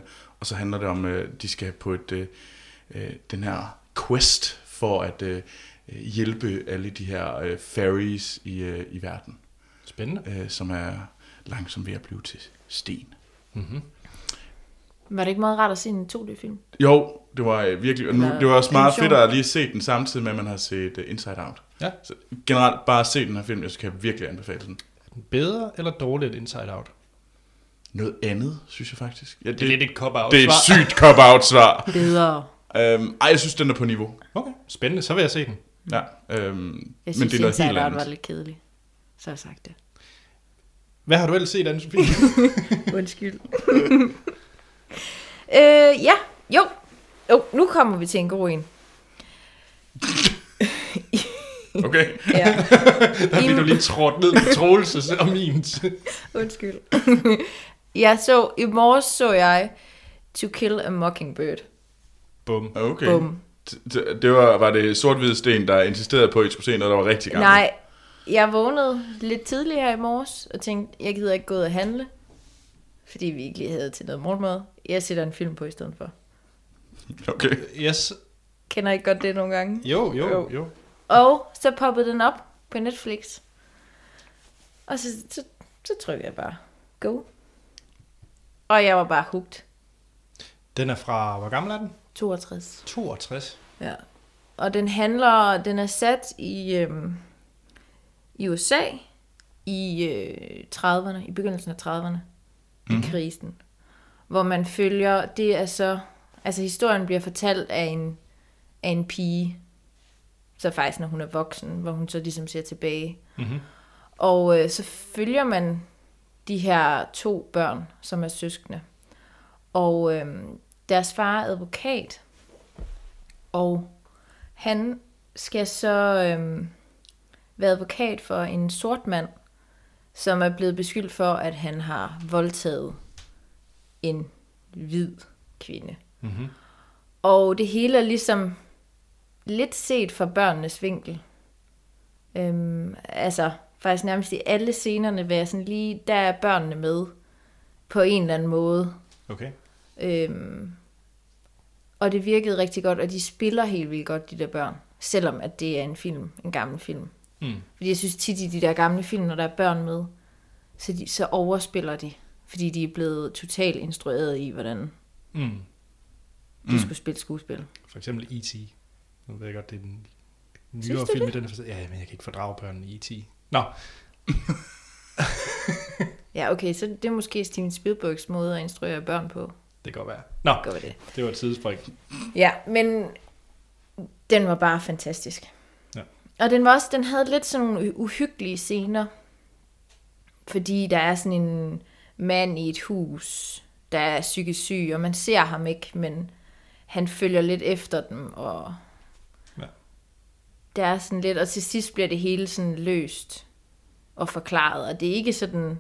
og så handler det om, øh, de skal på et øh, øh, den her quest for at øh, hjælpe alle de her øh, fairies i, øh, i verden. Spændende. Øh, som er langsomt ved at blive til sten. Mm-hmm. Var det ikke meget rart at se en to D-film? Jo, det var øh, virkelig, og nu, Eller det var også meget animation. fedt at lige se den samtidig med, at man har set uh, Inside Out. Ja. Så generelt bare se den her film, jeg kan virkelig anbefale den. Bedre eller dårligt end Inside Out? Noget andet, synes jeg faktisk. Ja, det, Det er lidt et cop-out. det er et sygt cop-out svar. Bedre. øhm, ej, jeg synes, den er på niveau. Okay, spændende. Så vil jeg se den. Ja, øhm, Jeg synes, men det er noget Inside helt Out andet. var lidt kedelig. Så har jeg sagt det. Hvad har du ellers set, Anne-Sophie? Undskyld. øh, ja, jo. Jo, nu kommer vi til en god en. Okay. Ja. Der fik du lige trådt ned på Troelses og min. Undskyld. Jeg så, i morges så jeg To Kill a Mockingbird. Bum. Okay. Bum. Det, det var, var det sort-hvide sten, der insisterede på, at I skulle se noget, der var rigtig gammelt? Nej, jeg vågnede lidt tidligere i morges og tænkte, jeg gider ikke gå ud og handle, fordi vi ikke lige havde til noget morgenmad. Jeg sætter en film på i stedet for. Okay. Yes. Kender I ikke godt det nogle gange? Jo, jo, Jo. jo. Og så poppede den op på Netflix. Og så, så, så trykkede jeg bare go. Og jeg var bare hooked. Den er fra, hvor gammel er den? toogtres. toogtres. Ja. Og den handler, den er sat i, øhm, i U S A i øh, trediverne, i begyndelsen af trediverne, mm. i krisen. Hvor man følger, det er så, altså historien bliver fortalt af en, af en pige, så faktisk når hun er voksen, hvor hun så ligesom ser tilbage. Mm-hmm. Og øh, så følger man de her to børn, som er søskende. Og øh, deres far er advokat, og han skal så øh, være advokat for en sort mand, som er blevet beskyldt for, at han har voldtaget en hvid kvinde. Mm-hmm. Og det hele er ligesom lidt set fra børnenes vinkel. Øhm, altså, faktisk nærmest i alle scenerne vil jeg sådan lige, der er børnene med på en eller anden måde. Okay. Øhm, og det virkede rigtig godt, og de spiller helt vildt godt, de der børn. Selvom at det er en film, en gammel film. Mm. Fordi jeg synes tit i de der gamle film, når der er børn med, så, de, så overspiller de. Fordi de er blevet totalt instrueret i, hvordan Mm. de mm. skulle spille skuespil. For eksempel E T Nu ved jeg godt, det er en Synes nyere du film i det? den forstand. Ja, men jeg kan ikke fordrage børnene i E T Nå. Ja, okay, så det er måske Steven Spielbergs måde at instruere børn på. Det kan godt være. Nå, Gør det. det var et tidsspring. Ja, men den var bare fantastisk. Ja. Og den var også, den havde lidt sådan nogle uhyggelige scener, fordi der er sådan en mand i et hus, der er psykisk syg, og man ser ham ikke, men han følger lidt efter dem, og Ja. der er sådan lidt, og til sidst bliver det hele sådan løst og forklaret, og det er ikke sådan,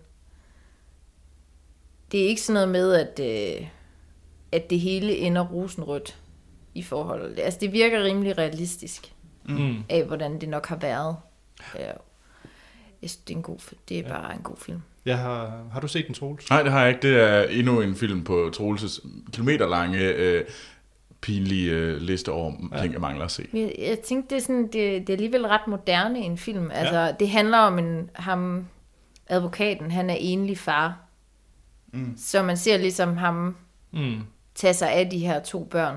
det er ikke sådan noget med, at, øh, at det hele ender rosenrødt i forholdet. Altså det virker rimelig realistisk Mm. af, hvordan det nok har været. Ja. Jeg synes, det er, en god, det er ja. bare en god film. Jeg har, har du set den, Troels? Nej, det har jeg ikke. Det er endnu en film på Troelses kilometerlange øh, pinlige øh, liste over Ja. ting, jeg mangler at se. Men Jeg, jeg tænkte, det er, sådan, det, det er alligevel ret moderne en film. Altså, ja. Det handler om en, ham, advokaten, han er enlig far. Mm. Så man ser ligesom ham Mm. tage sig af de her to børn.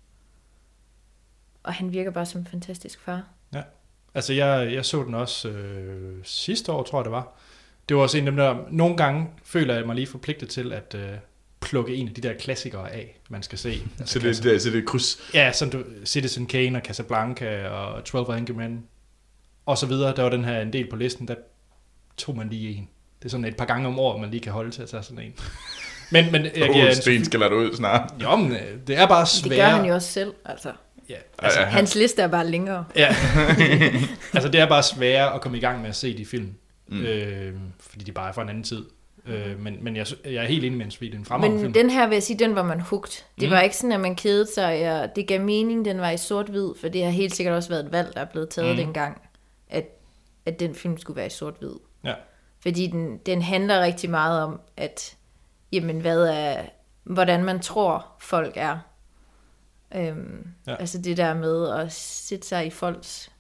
Og han virker bare som en fantastisk far. Ja. Altså, jeg, jeg så den også øh, sidste år, tror jeg det var. Det var også en af dem der, nogle gange føler jeg mig lige forpligtet til at øh, plukke en af de der klassikere af, man skal se. Altså, Så det, det, så det er kryds. Ja, som du, Citizen Kane og Casablanca og twelve Angry Men og så videre. Der var den her en del på listen, der tog man lige en. Det er sådan et par gange om året, man lige kan holde til at tage sådan en. Men, men jeg giver Åh, en- Sten skal lade ud snart. Jo, men øh, det er bare svært. Det gør han jo også selv, altså. Ja, altså, Ja, ja. Hans liste er bare længere. ja. altså, det er bare svært at komme i gang med at se de film. Mm. Mm. Øh, fordi de bare er fra en anden tid. Øh, men men jeg, jeg er helt enig med en svig, det er en fremragende Men film. den her vil jeg sige, den var man hooked. Det Mm. var ikke sådan, at man kedede sig. Jeg, det gav mening, den var i sort-hvid, for det har helt sikkert også været et valg, der er blevet taget Mm. mm. dengang, at, at den film skulle være i sort-hvid. Ja. Fordi den, den handler rigtig meget om, at jamen, hvad er hvordan man tror, folk er. Øhm, Ja. Altså det der med at sætte sig i folks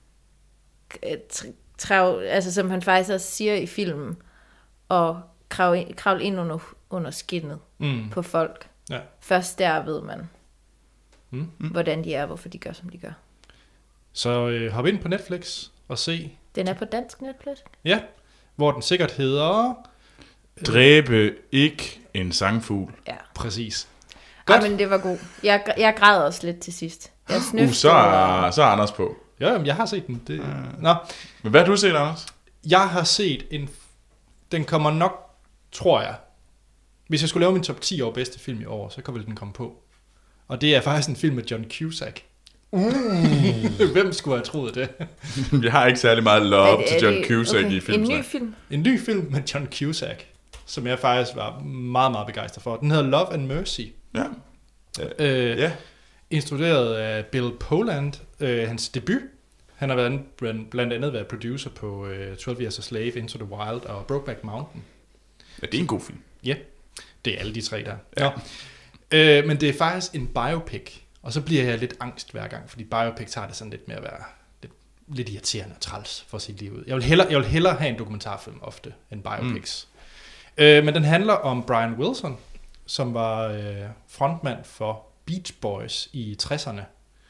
trav, altså som han faktisk også siger i filmen, og kravle, kravle ind under, under skinnet Mm. på folk. Ja. Først der ved man, Mm. hvordan de er, hvorfor de gør, som de gør. Så øh, hop ind på Netflix og se, Den er på dansk Netflix. ja, hvor den sikkert hedder... Dræbe ikke en sangfugl. Ja. Præcis. Godt. Godt. Men det var god. Jeg, jeg græd også lidt til sidst. Jeg Uh, snøftede. så er, så er Anders på. Ja, jamen, jeg har set den. Det... Nå, Men hvad har du set, Anders? jeg har set en... Den kommer nok, tror jeg... Hvis jeg skulle lave min top ti over bedste film i år, så kunne vel den komme på. Og det er faktisk en film med John Cusack. Uh. Hvem skulle have troet det? Jeg har ikke særlig meget love Er det- til er John det- Cusack okay. i filmen. En ny film? En ny film med John Cusack, som jeg faktisk var meget, meget begejstret for. Den hedder Love and Mercy. Ja. Øh, Ja. Instrueret af Bill Poland. Øh, hans debut. Han har været, blandt, blandt andet været producer på øh, twelve Years a Slave, Into the Wild og Brokeback Mountain. Ja, det er en god film. Ja, det er alle de tre der. Ja. Ja. Øh, men det er faktisk en biopic, og så bliver jeg lidt angst hver gang, fordi biopics har det sådan lidt med at være lidt, lidt irriterende og træls for sit liv ud. Jeg vil, hellere, jeg vil hellere have en dokumentarfilm ofte end biopics. Mm. Øh, men den handler om Brian Wilson, som var øh, frontmand for Beach Boys i tresserne.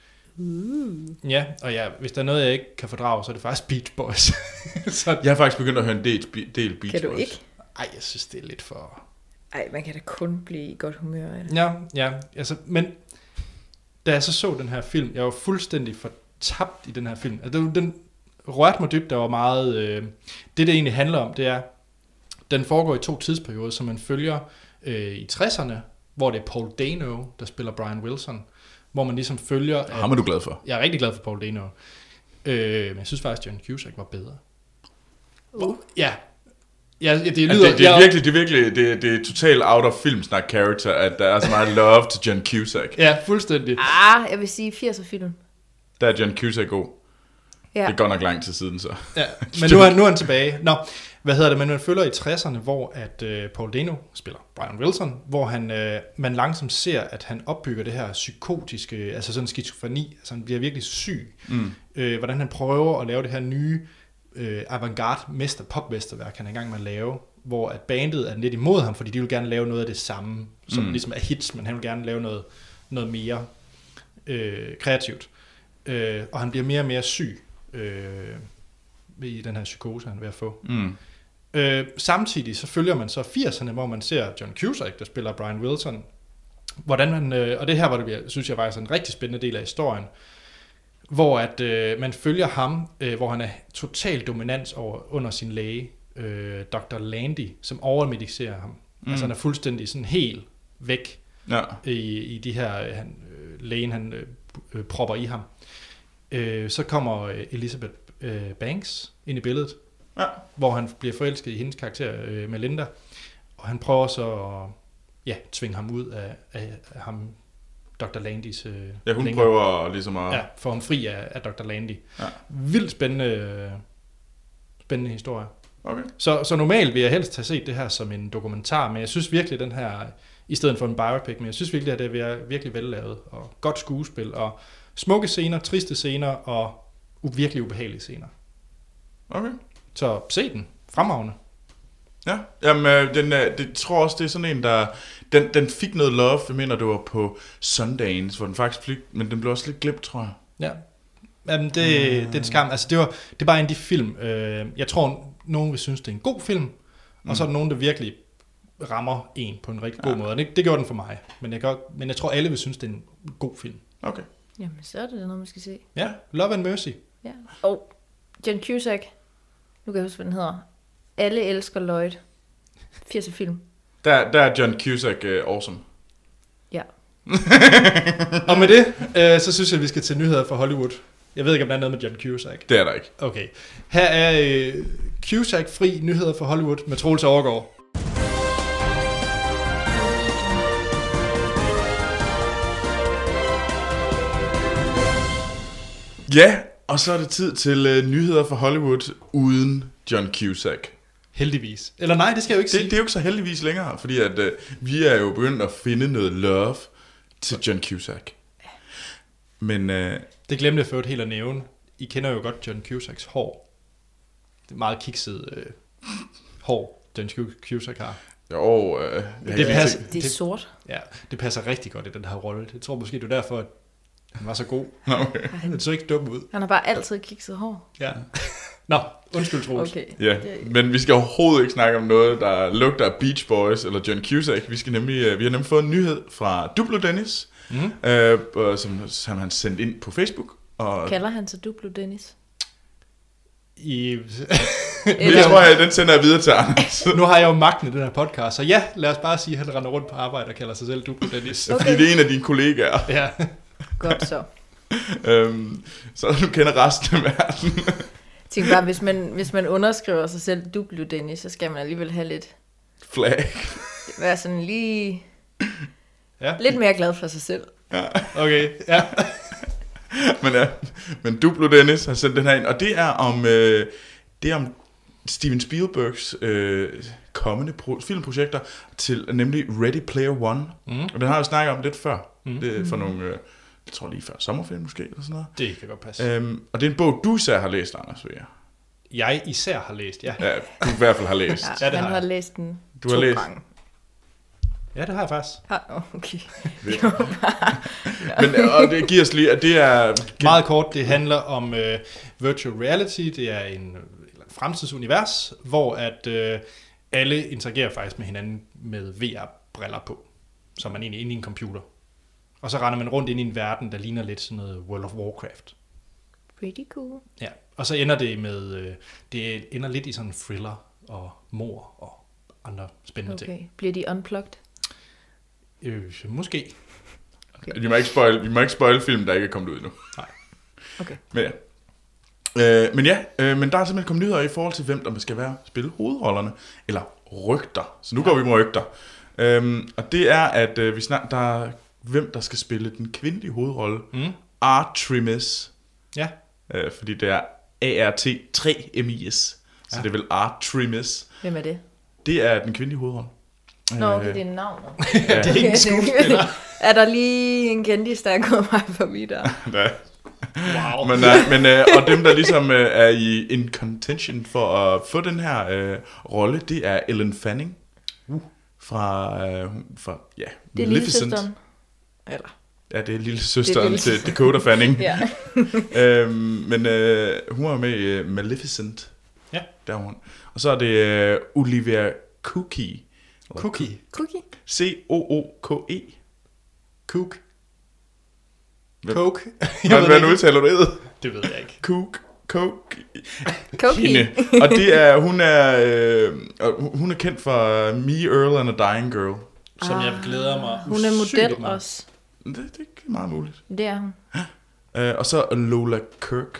Mm. Ja, og ja, hvis der er noget, jeg ikke kan fordrage, så er det faktisk Beach Boys. så, Jeg har faktisk begyndt at høre en del, del Beach Kan du Boys. ikke? ej, jeg synes, det er lidt for... Ej, man kan da kun blive i godt humør af det. Ja, ja, altså, men da jeg så så den her film, jeg var fuldstændig fortabt i den her film. Altså, den, den rørte mig dybt, der var meget... Øh, det, det egentlig handler om, det er, den foregår i to tidsperioder, som man følger øh, i tresserne, hvor det er Paul Dano, der spiller Brian Wilson, hvor man ligesom følger... At, Ham er du glad for. jeg er rigtig glad for Paul Dano, øh, men jeg synes faktisk, at John Cusack var bedre. Uh. Ja, ja, det lyder... Altså, det, det, er jeg- virkelig, det er virkelig, det, det er total out of filmsnak character, at der er så meget love til John Cusack. Ja, fuldstændig. Ah, jeg vil sige firserne film. Der er John Cusack god. Ja. Det er godt nok lang tid siden, så. Ja, men nu er, han, nu er han tilbage. Nå, hvad hedder det? Men man følger i tresserne, hvor at øh, Paul Dano spiller Brian Wilson, hvor han, øh, man langsomt ser, at han opbygger det her psykotiske, altså sådan en skizofreni, altså han bliver virkelig syg. Mm. Øh, hvordan han prøver at lave det her nye øh, avantgarde mester, popmesterværk, han er i gang med at lave, hvor at bandet er lidt imod ham, fordi de vil gerne lave noget af det samme, som Mm. ligesom er hits, men han vil gerne lave noget, noget mere øh, kreativt. Øh, og han bliver mere og mere syg øh, i den her psykose, han er ved at få. Mm. Øh, samtidig så følger man så firserne, hvor man ser John Cusack, der spiller Brian Wilson, hvordan man, øh, og det her var det, jeg synes jeg faktisk er en rigtig spændende del af historien, hvor at øh, man følger ham, øh, hvor han er total dominans over, under sin læge, øh, doktor Landy, som overmedicerer ham. Mm. Altså han er fuldstændig sådan helt væk Ja. i, i de her, øh, han, øh, lægen han øh, øh, propper i ham. Øh, så kommer øh, Elizabeth øh, Banks ind i billedet, Ja. hvor han bliver forelsket i hendes karakter, øh, Melinda, og han prøver så at ja, tvinge ham ud af, af, af ham, doktor Landys øh, Ja, hun længer. prøver ligesom at... Ja, få ham fri af, af doktor Landy. Ja. Vildt spændende, øh, spændende historie. Okay. Så, så normalt vil jeg helst have set det her som en dokumentar, men jeg synes virkelig, den her, i stedet for en biopic, men jeg synes virkelig, at det er virkelig vellavet, og godt skuespil, og smukke scener, triste scener, og u- virkelig ubehagelige scener. Okay. Så se den. Fremragende. Ja, jamen, øh, den, øh, det tror også, det er sådan en, der... Den, den fik noget love, jeg mener, det var på Sundance, hvor den faktisk fik, men den blev også lidt glemt, tror jeg. Ja. Jamen, det, det er en skam. Altså, det, var, det er bare en af de film. Øh, jeg tror, nogen vil synes, det er en god film, mm. og så er der nogen, der virkelig rammer en på en rigtig god Ja. måde. Og det, det gjorde den for mig. Men jeg, gør, men jeg tror, alle vil synes, det er en god film. Okay. Jamen, så er det noget, man skal se. Ja, Love and Mercy. Ja. Og John Cusack. Nu kan jeg huske, hvad den hedder. Alle elsker Lloyd. firserne film. Der, der er John Cusack uh, awesome. Ja. Og med det, øh, så synes jeg, at vi skal til nyheder fra Hollywood. Jeg ved ikke, om der er noget med John Cusack. Det er der ikke. Okay. Her er øh, Cusack-fri nyheder fra Hollywood med Troels Overgaard. Ja, og så er det tid til uh, nyheder fra Hollywood uden John Cusack. Heldigvis. Eller nej, det skal jeg jo ikke Det, sige. det er jo ikke så heldigvis længere, fordi at, øh, vi er jo begyndt at finde noget love til John Cusack. Men øh, Det glemte jeg for et helt at nævne. I kender jo godt John Cusacks hår. Det er meget kikset øh, hår, John Cusack har. jo, øh, jeg Det kan passer. ikke- Det er Det- sort. Ja, det passer rigtig godt i den her rolle. Jeg tror måske, det er derfor, at han var så god. Okay. Han så ikke dum ud. Han har bare altid kikset hår. Ja. Nå, undskyld, Troels. Okay. Ja, men vi skal overhovedet ikke snakke om noget, der lugter af Beach Boys eller John Cusack. Vi, skal nemlig, øh, vi har nemlig fået en nyhed fra Duplo Dennis, Mm. øh, som, som han sendt ind på Facebook. Og Kalder han sig Duplo Dennis? I... det tror jeg, den sender jeg videre til Anders. Nu har jeg jo magten i den her podcast, så ja, lad os bare sige, at han render rundt på arbejde og kalder sig selv Duplo Dennis. Okay. Fordi det er en af dine kollegaer. Ja. Godt så. øhm, så du kender resten af verden. Tænk bare, hvis man, hvis man underskriver sig selv Duplo Dennis, så skal man alligevel have lidt, Flag. være sådan lige, Ja. lidt mere glad for sig selv. Okay, ja. Men ja, men Duplo Dennis har sendt den her ind, og det er om, øh, det er om Steven Spielbergs øh, kommende pro- filmprojekter til nemlig Ready Player One. Mm. Og den har jeg snakket om lidt før. Mm. Det er for nogle, øh, jeg tror lige før sommerferien måske, eller sådan noget. Det kan godt passe. Øhm, og det er en bog, du især har læst, Anders, ved jeg. Jeg især har læst, ja. Ja, du i hvert fald har læst. Ja, Ja, det han har har jeg. læst den Du har to læst- gange. Ja, det har jeg faktisk. Har, oh, okay. Men og det giver os lige, at det er... Meget kort, det handler om øh, virtual reality. Det er en, eller en fremtidsunivers, hvor at øh, alle interagerer faktisk med hinanden med V R-briller på, så man egentlig er inde i en computer. Og så render man rundt ind i en verden, der ligner lidt sådan noget World of Warcraft. Pretty cool. Ja, og så ender det med, øh, det ender lidt i sådan en thriller og mord og andre spændende ting. Okay. Bliver de unplugged? Øh, måske. Vi må ikke spoil, vi må ikke spoil film, der ikke er kommet ud endnu. Nej. Okay. Men ja, øh, men, ja øh, men der er simpelthen kommet nyheder i forhold til, hvem der skal være spille hovedrollerne. Eller rygter. Så nu ja. går vi med rygter. Øhm, og det er, at øh, vi snak, der er, hvem der skal spille den kvindelige hovedrolle. Mm. Artemis. Ja. Øh, fordi det er A R T tre M I S. Så Ja. det er vel Artemis. Hvem er det? Det er den kvindelige hovedrolle. Nå, okay, Øh, det er navnet. ja, Det er ikke en skuespiller. Er der lige en kendis, der er gået mig forbi der? ja. Wow. Men, øh, men øh, og dem der ligesom øh, er i in contention for at få den her øh, rolle, det er Ellen Fanning uh. fra øh, hun- fra ja, Det er lillesøsteren. Eller? Ja, det er lille søsteren lille til Dakota Fanning. Ja. øhm, men øh, hun er med i uh, Maleficent. Ja. Der er hun. Og så er det øh, Olivia Cookie. Cookie. Cookie? C O O K E. Cook. Hvad- Coke. Hvordan hvordan udtaler du det? Det ved jeg ikke. Cook. Coke. Cookie? Hende. Og det er, hun er, øh, og hun er kendt for Me, Earl and a Dying Girl. Som jeg glæder mig Hun er usygeligt model meget. også. Det, det er meget muligt. Det er hun. Øh, og så Lola Kirk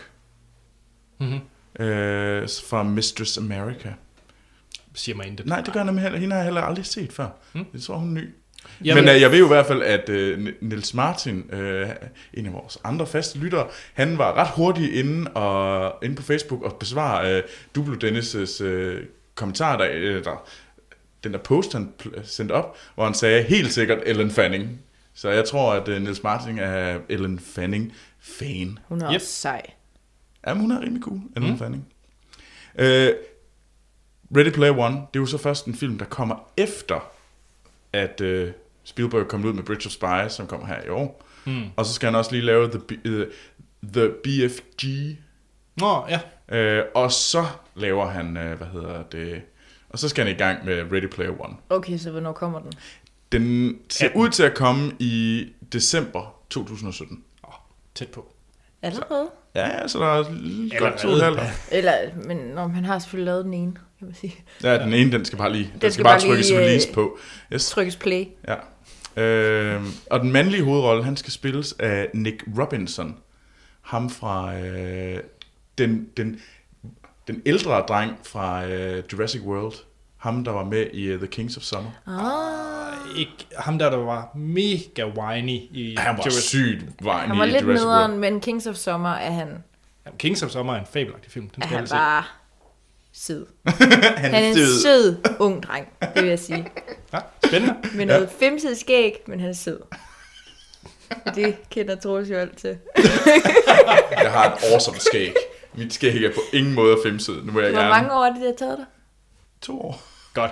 Mm-hmm. øh, fra Mistress America. Siger mig intet. Nej, det gør jeg nemlig heller. Hende har jeg heller aldrig set før. Mm. Jeg tror, hun er ny. Jamen, Men øh, jeg ved jo i hvert fald, at øh, Niels Martin, øh, en af vores andre faste lyttere, han var ret hurtig inde, og, inde på Facebook og besvare øh, Duplo Dennis' øh, kommentar, der, øh, der, den der post, han pl- sendte op, hvor han sagde helt sikkert Ellen Fanning. Så jeg tror, at øh, Niels Martin er Ellen Fanning-fan. Hun er Yep. også sej. Jamen, hun er rimelig cool, Ellen Mm. mm. Fanning. Øh, Ready Player One, det er jo så først en film, der kommer efter, at øh, Spielberg kom ud med Bridge of Spies, som kommer her i år. Mm. Og så skal han også lige lave The, B- uh, the B F G. Nå, ja. Øh, og så laver han, øh, hvad hedder det, og så skal han i gang med Ready Player One. Okay, så hvornår kommer den? Den ser atten. ud til at komme i december to tusind og sytten. Tæt på. Allerede? Ja, ja, så der er lige godt to og et halvt år. Eller, men når han har selvfølgelig lavet den ene, kan man sige. Ja, den ene, den skal bare lige, den, skal skal bare bare trykkes lige, release øh, på. Yes. Trykkes play. Ja. Øh, og den mandlige hovedrolle, han skal spilles af Nick Robinson. Ham fra øh, den, den, den ældre dreng fra øh, Jurassic World. Ham, der var med i uh, The Kings of Summer. Ah. Ikke ham der, der var mega whiny i Han var Jurassic- sygt vejen Han var i lidt Jurassic nederen, World. men Kings of Summer er han, Jamen, Kings of Summer er en fabelagtig film. Den er skal han jeg se. bare sød. Han, Han er en sød. sød, ung dreng, det vil jeg sige. Ja, spændende. Med noget ja. femset skæg, men han er sød. Det kender Troels jo alt til. Jeg har et awesome skæg. Mit skæg er på ingen måde femset. Nu må jeg Hvor gerne... mange år er det, det har taget dig? To år. Godt.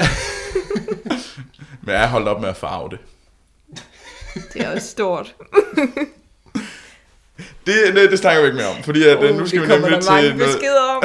Men jeg er holdt op med at farve det. Det er også stort. Det, det, det snakker vi ikke mere om, fordi at, Oh, nu skal det vi kommer nemlig der mange til noget... beskeder om.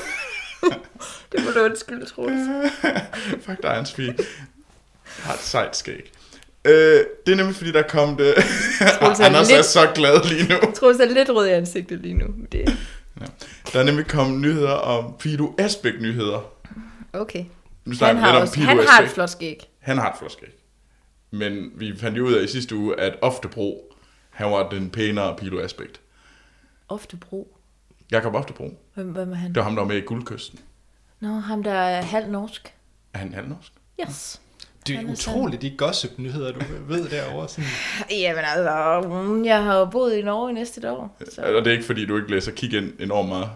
Det må du undskylde, Troels. Fuck dig, Ansvi. Jeg har et sejt skæg. Øh, det er nemlig fordi, der kom det... Troels er Anders lidt- er så glad lige nu. Troels er lidt rød i ansigtet lige nu. Det... Der er nemlig kommet nyheder om Pido Asbæk-nyheder. Okay. Nu Han snakker vi lidt har, om også, Pido han har et Asbæk. flot skæg. Han har et flot skæg. Men vi fandt jo ud af i sidste uge, at Oftebro, han var den pænere Pido Asbæk. Oftebro. Jakob Oftebro. Hvem, hvem er han? Det var ham, der var med i Guldkysten. Nå, ham der er halv norsk. Er han halvnorsk? Yes. Det er Han er utroligt, de gossip-nyheder, du ved derovre. Sådan. Jamen altså, mm, jeg har jo boet i Norge i næste år. Så... Og det er ikke fordi, du ikke læser kig ind enormt meget.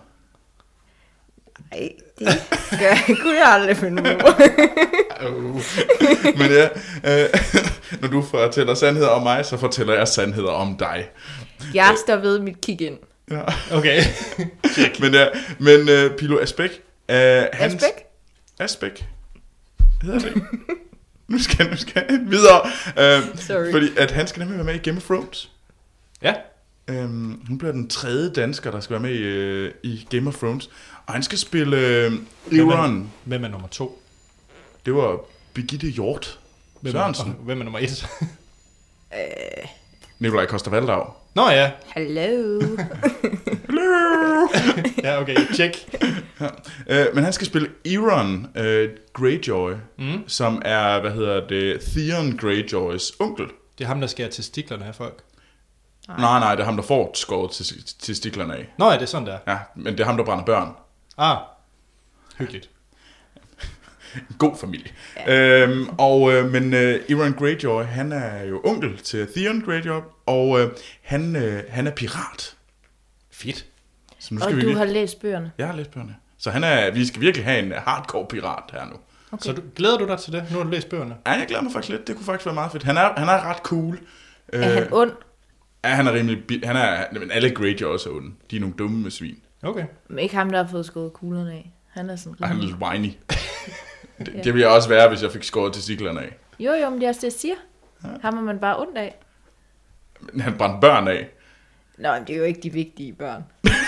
Nej, det gør, kunne jeg aldrig finde ud. Uh. Men ja, øh, når du fortæller sandheder om mig, så fortæller jeg sandheder om dig. Jeg står ved mit kig ind. Ja. Okay. Men ja, men uh, Pilo Asbæk, uh, hans... Asbæk? Asbæk? Hedder det ikke? Nu skal, nu skal jeg videre. Uh, Sorry. fordi at han skal nemlig være med i Game of Thrones. Ja. Um, hun bliver den tredje dansker, der skal være med i, uh, i Game of Thrones. Og han skal spille uh, Euron. Hvem er nummer to? Det var Birgitte Hjort Hvem Sørensen. er, hvem er nummer et? Øh, Nikolaj Koster-Valdau. Nå ja. hallo. Hello! Ja, okay. Check. Ja. Uh, men han skal spille Euron uh, Greyjoy, Mm. som er, hvad hedder det, Theon Greyjoys onkel. Det er ham, der skærer testiklerne af folk. Nej. Nej, nej, det er ham, der får skåret til, til stiklerne af. Nå ja, det er sådan der. Ja, men det er ham, der brænder børn. Ah, hyggeligt. En god familie. Ja. Øhm, og, øh, men øh, Euron Greyjoy, han er jo onkel til Theon Greyjoy, og øh, han, øh, han er pirat. Fedt. Så nu Og skal vi du vir- har læst bøgerne. Jeg har læst bøgerne. Så han er, vi skal virkelig have en hardcore pirat her nu. Okay. Så du, glæder du dig til det? Nu har du læst bøgerne. Ja, jeg glæder mig faktisk lidt. Det kunne faktisk være meget fedt. Han er, han er ret cool. Er han ond? Ja, han er rimelig... bi- Han er, men alle Greyjoys er onde. De er nogle dumme med svin. Okay. Men ikke ham, der har fået skåret kuglerne af. Han er sådan Og han er rimelig... lidt whiny. det, Ja. det ville jeg også være, hvis jeg fik skåret testiklerne af. Jo, jo, men det er også det, jeg siger. Ham er man bare ondt af. Men han brændte børn af. Nå, men det er jo ikke de vigtige børn.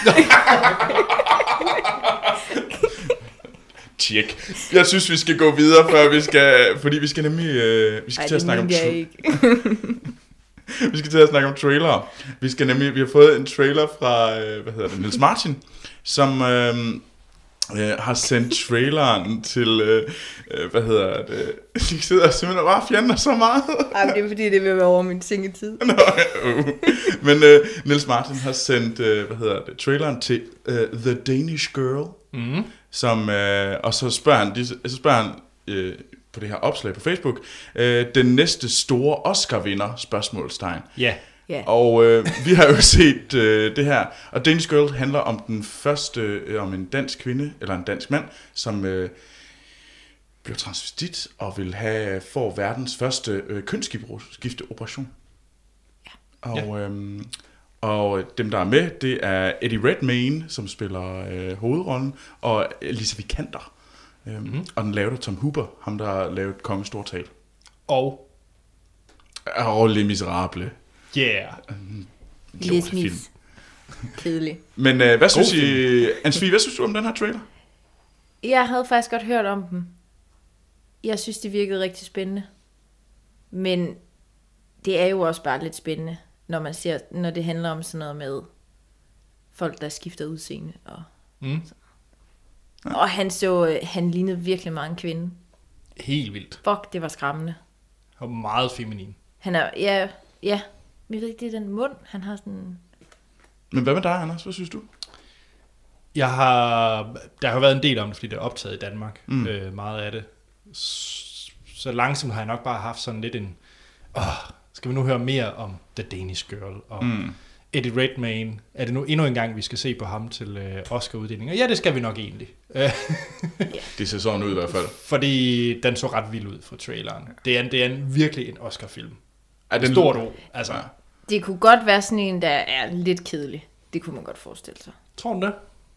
Tjek. Jeg synes, vi skal gå videre, før vi skal... Fordi vi skal nemlig... Øh, vi skal Ej, til at det snakke om... mente jeg Tra- ikke. vi skal til at snakke om trailere. Vi skal nemlig... Vi har fået en trailer fra... Øh, hvad hedder det? Niels Martin, som... Øh, øh, har sendt traileren til... Øh, øh, hvad hedder det? De sidder simpelthen bare og fjerner så meget. Ej, men det er fordi, det vil være over min sengetid. Nå, uh. Men øh, Niels Martin har sendt... Øh, hvad hedder det? Traileren til øh, The Danish Girl. Mm. Som, øh, og så spørger han, de, så spørger han øh, på det her opslag på Facebook, øh, den næste store Oscar-vinder, spørgsmålstegn. Ja. Ja. Og øh, vi har jo set øh, det her, og Danish Girl handler om den første, øh, om en dansk kvinde, eller en dansk mand, som øh, bliver transvestit og vil have, får verdens første øh, kønsskifteoperation. Ja. Og, øh, og dem, der er med, det er Eddie Redmayne, som spiller øh, hovedrollen, og Lisa Vikander. Øhm, mm-hmm. Og den lavede Tom Hooper, ham der har lavet Kongens Stortal. Og Og Les Miserables. yeah. Les Mis. Kedelig. Men øh, hvad synes film. I, Ansvi, hvad synes du om den her trailer? Jeg havde faktisk godt hørt om dem. Jeg synes, det virkede rigtig spændende. Men det er jo også bare lidt spændende, når man ser, når det handler om sådan noget med folk, der skifter udseende. Og, Mm. ja. og han så, han lignede virkelig meget en kvinde. Helt vildt. Fuck, det var skræmmende. Og meget feminin. Han er, ja, ja, jeg ved ikke, det er den mund, han har sådan... Men hvad med dig, Anders? Hvad synes du? Jeg har, der har været en del om det, fordi det er optaget i Danmark. Mm. Øh, meget af det. S- Så langsomt har jeg nok bare haft sådan lidt en... Åh, skal vi nu høre mere om The Danish Girl? Og Mm. Eddie Redmayne, er det nu endnu en gang, vi skal se på ham til øh, Oscar-uddelinger? Ja, det skal vi nok egentlig. Det ser sådan ud i hvert fald. Fordi den så ret vild ud fra traileren. Det er, det er en, virkelig en Oscar-film. Er det stort ord. Altså. Ja. Det kunne godt være sådan en, der er lidt kedelig. Det kunne man godt forestille sig. Tror du det?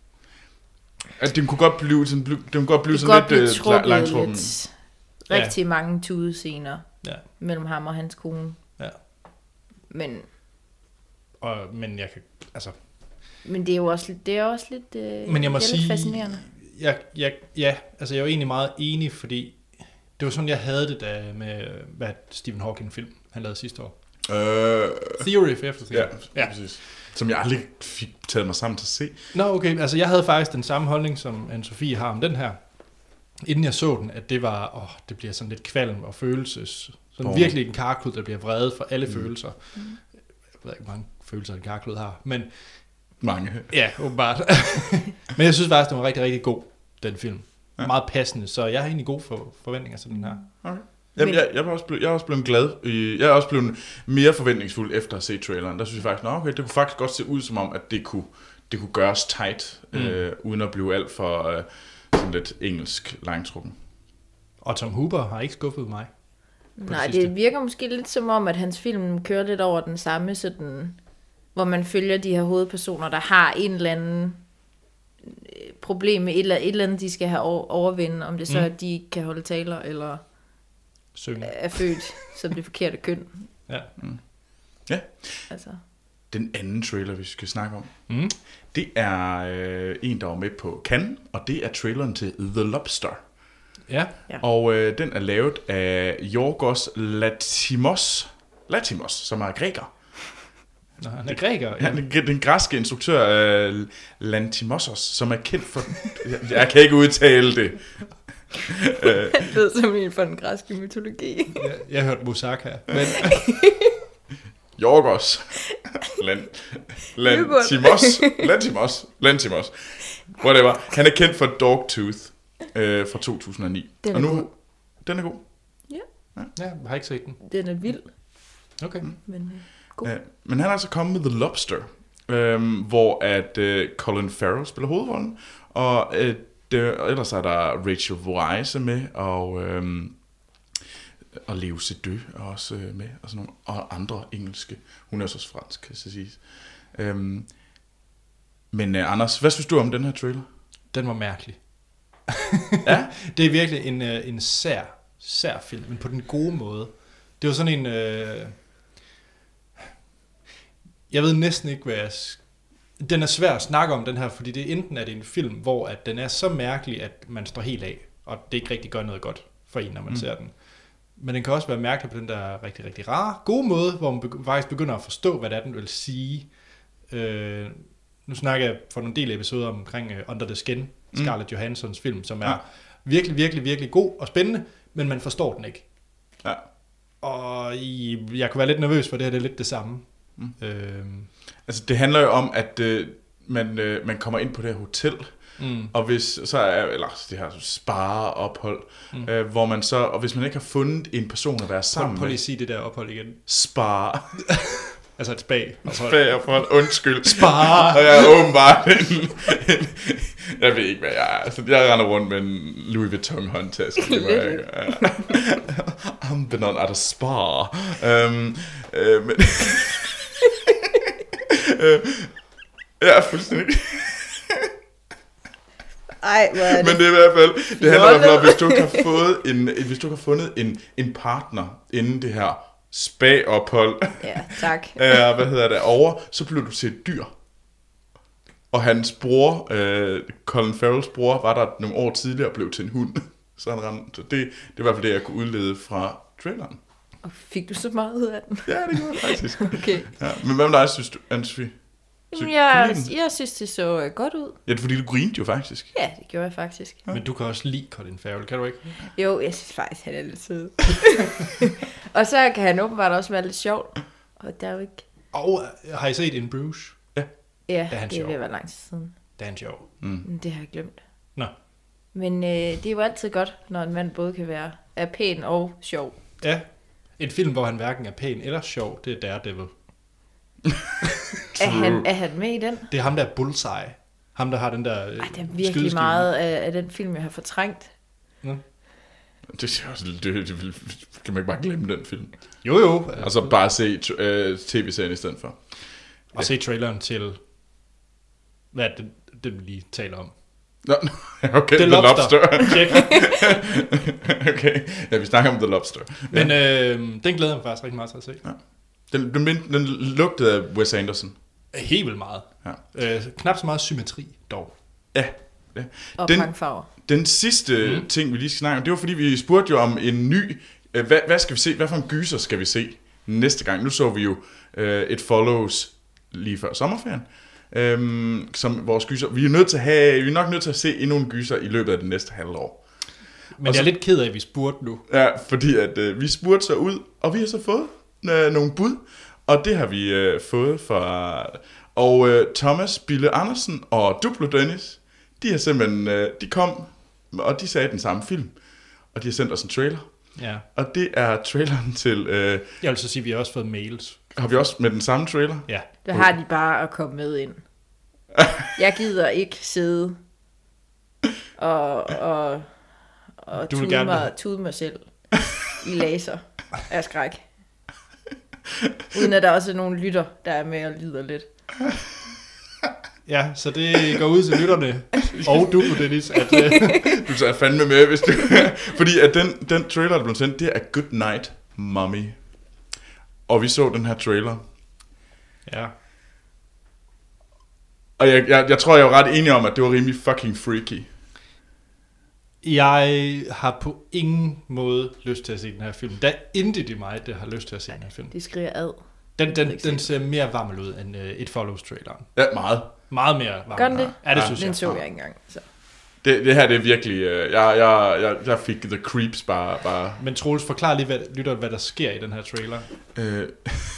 Altså, den kunne godt blive sådan, den kunne godt blive det sådan godt lidt blive trukket langtrukken. Lidt rigtig ja. mange tudescener ja. mellem ham og hans kone. Ja. Men... Og, men jeg kan, altså... Men det er jo også, det er også lidt, øh, men jeg må det er sige, lidt fascinerende. Jeg, jeg, ja, altså jeg er jo egentlig meget enig, fordi det var sådan, jeg havde det da med, hvad Stephen Hawking-film, han lavede sidste år. Øh, Theory for Everything. Ja, ja, præcis. Som jeg aldrig fik taget mig sammen til at se. Nå, okay. Altså, jeg havde faktisk den samme holdning, som Anne-Sophie har om den her. Inden jeg så den, at det var, åh, det bliver sådan lidt kvalm og følelses. Sådan oh. virkelig en karklud, der bliver vredet for alle mm. følelser. Mm. Jeg ved ikke, hvor mange følelser en karklud har, men... Mange. Ja, åbenbart. Men jeg synes faktisk, den var rigtig, rigtig god, den film. Ja. Meget passende, så jeg har egentlig gode for, forventninger til den her. Okay. Jamen, jeg, jeg, er også blevet, jeg er også blevet glad. Jeg er også blevet mere forventningsfuld efter at have set traileren. Der synes jeg faktisk, nå, okay, det kunne faktisk godt se ud som om, at det kunne, det kunne gøres tight, mm. øh, uden at blive alt for øh, sådan lidt engelsk langtrukken. Og Tom Hooper har ikke skuffet mig. Nej, det, det virker måske lidt som om, at hans film kører lidt over den samme, sådan, hvor man følger de her hovedpersoner, der har en eller anden problem med et eller, et eller andet, de skal have overvinde, om det så, mm. at de ikke kan holde taler, eller Synge. er født som det forkerte køn. Ja. Mm. Ja. Altså. Den anden trailer, vi skal snakke om, mm. det er øh, en, der var med på Cannes, og det er traileren til The Lobster. Ja. ja. Og øh, den er lavet af Yorgos Lanthimos, Lanthimos, som er græker. Nå, han er græker. Ja. Han er den græske instruktør uh, Lanthimos, som er kendt for... jeg, jeg kan ikke udtale det. Det lyder som en for den græske mytologi. jeg, jeg har hørt Moussaka. Men... Yorgos Lanthimos. Lanthimos. Lanthimos. Whatever. Han er kendt for Dogtooth øh, fra to tusind og ni. Den er og nu, god. Den er god. Ja. Ja, jeg har ikke set den. Den er vild. Okay. Mm. Men, god. Ja, men han er altså kommet med The Lobster, øh, hvor at øh, Colin Farrell spiller hovedrollen, og øh, det, og ellers er der Rachel Weisz med, og, øh, og Leo Seydoux er også øh, med, og, sådan nogle, og andre engelske. Hun er også fransk, kan jeg sige. Øh, men øh, Anders, hvad synes du om den her trailer? Den var mærkelig. Ja? Det er virkelig en, øh, en sær, sær film, men på den gode måde. Det var sådan en... Øh... Jeg ved næsten ikke, hvad jeg... Den er svær at snakke om, den her, fordi det enten er det en film, hvor at den er så mærkelig, at man står helt af, og det ikke rigtig gør noget godt for en, når man mm. ser den. Men den kan også være mærkelig på den der rigtig, rigtig rare, gode måde, hvor man begy- faktisk begynder at forstå, hvad det er, den vil sige. Øh... Nu snakker jeg for nogle del episoder omkring uh, Under the Skin, Scarlett mm. Johanssons film, som er ja. virkelig, virkelig, virkelig god og spændende, men man forstår den ikke. Ja. Og i, jeg kunne være lidt nervøs for det her, det er lidt det samme. Mm. Øhm. Altså det handler jo om, at øh, man, øh, man kommer ind på det her hotel, mm. og hvis så er, eller det her spareophold, mm. øh, hvor man så, og hvis man ikke har fundet en person at være sammen med. Prøv lige at sige det der ophold igen. Spare. Altså et spag. Spag-ophold, undskyld. Spare. Og jeg er åbenbart en, en, jeg ved ikke, hvad jeg er. Altså, jeg render rundt med en Louis Vuitton håndtaske. I'm been on at a spa. Um, øh, men, øh, ja, fuldstændig. Ej, hvor er det. Men det er i hvert fald, det handler i hvert fald om, hvis du ikke har fået en, hvis du ikke har fundet en, en partner inden det her spa-ophold. Ja, tak. Ja, hvad hedder det, over, så blev du til et dyr. Og hans bror, øh, Colin Farrells bror, var der nogle år tidligere og blev til en hund. Så han rendte. Det, det er i hvert fald det, jeg kunne udlede fra traileren. Og fik du så meget ud af den? Ja, det gjorde jeg faktisk. Okay. Ja, men hvad med dig, synes du, Anne-Sophie? Jamen, jeg, jeg synes, det så godt ud. Ja, det er fordi, du grinede jo faktisk. Ja, det gjorde jeg faktisk. Ja. Men du kan også lide Colin Farrell, kan du ikke? Jo, jeg synes faktisk, han er lidt sød. Og så kan han åbenbart også være lidt sjov. Og der er jo ikke... Og har I set In Bruges? Ja. Ja, det er, det er ved at være lang tid siden. Det er en sjov. Mm. Det har jeg glemt. Nå. Men øh, det er jo altid godt, når en mand både kan være er pæn og sjov. Ja. En film, hvor han hverken er pæn eller sjov, det er Daredevil. Er han, er han med i den? Det er ham, der er Bullseye. Ham, der har den der Ej, det er virkelig skydeskivning. meget af, af den film, jeg har fortrængt. Ja. Det, er også, det, det, det, kan man ikke bare glemme den film. Jo, jo. Og så bare se uh, tv-serien i stedet for. Og se traileren til, hvad er det, det vi lige taler om. Nå, okay, The The Lobster. Lobster. Check. Okay, ja, vi snakker om The Lobster. Men øh, den glæder jeg mig faktisk rigtig meget til at se. Ja. Den, den, den lugtede af Wes Anderson. Helt vildt meget. Ja. Øh, knap så meget symmetri, dog. Ja. ja. Og Den, pangfarver. den sidste mm. ting, vi lige skal snakke om, det var fordi, vi spurgte jo om en ny... Øh, hvad, hvad skal vi se? Hvad for en gyser skal vi se næste gang? Nu så vi jo øh, It Follows lige før sommerferien. Øhm, som vores gyser. Vi er, nødt til at have, vi er nok nødt til at se endnu en gyser i løbet af det næste halve år. Men og jeg er så, lidt ked af, at vi spurgte nu. Ja, fordi at øh, vi spurgte så ud, og vi har så fået øh, nogle bud, og det har vi øh, fået fra... Og øh, Thomas Bille Andersen og Duplo Dennis, de har simpelthen... Øh, de kom, og de sagde den samme film, og de har sendt os en trailer. Ja. Og det er traileren til... Øh, Jeg vil så sige, at vi har også fået mails. har vi også med den samme trailer? Ja. Der har de bare at komme med ind. Jeg gider ikke sidde og, og, og Du vil tude, gerne mig, have- tude mig selv i laser af skræk. Uden at der også er nogle lytter, der er med og lider lidt. Ja, så det går ud til lytterne. Og du, Dennis, at... Øh, Du tager fandme med, hvis du... Fordi at den, den trailer, der blev sendt, det er Good Night, Mommy. Og vi så den her trailer. ja. Og jeg, jeg, jeg tror, jeg var ret enig om, at det var rimelig fucking freaky. Jeg har på ingen måde lyst til at se den her film. Der er intet i mig, der har lyst til at se den her film. Det skriger ad. Den, den, den ser mere varmel ud end uh, It Follows-traileren. Ja, meget. Meget mere varmel. Gør den det? Ja, det Ja. synes Den jeg. så jeg ikke engang. Så. Det, det her, det er virkelig... Øh, jeg, jeg, jeg, jeg fik the creeps bare... bare Men Troels, forklar lige, hvad, lytter, hvad der sker i den her trailer. øh,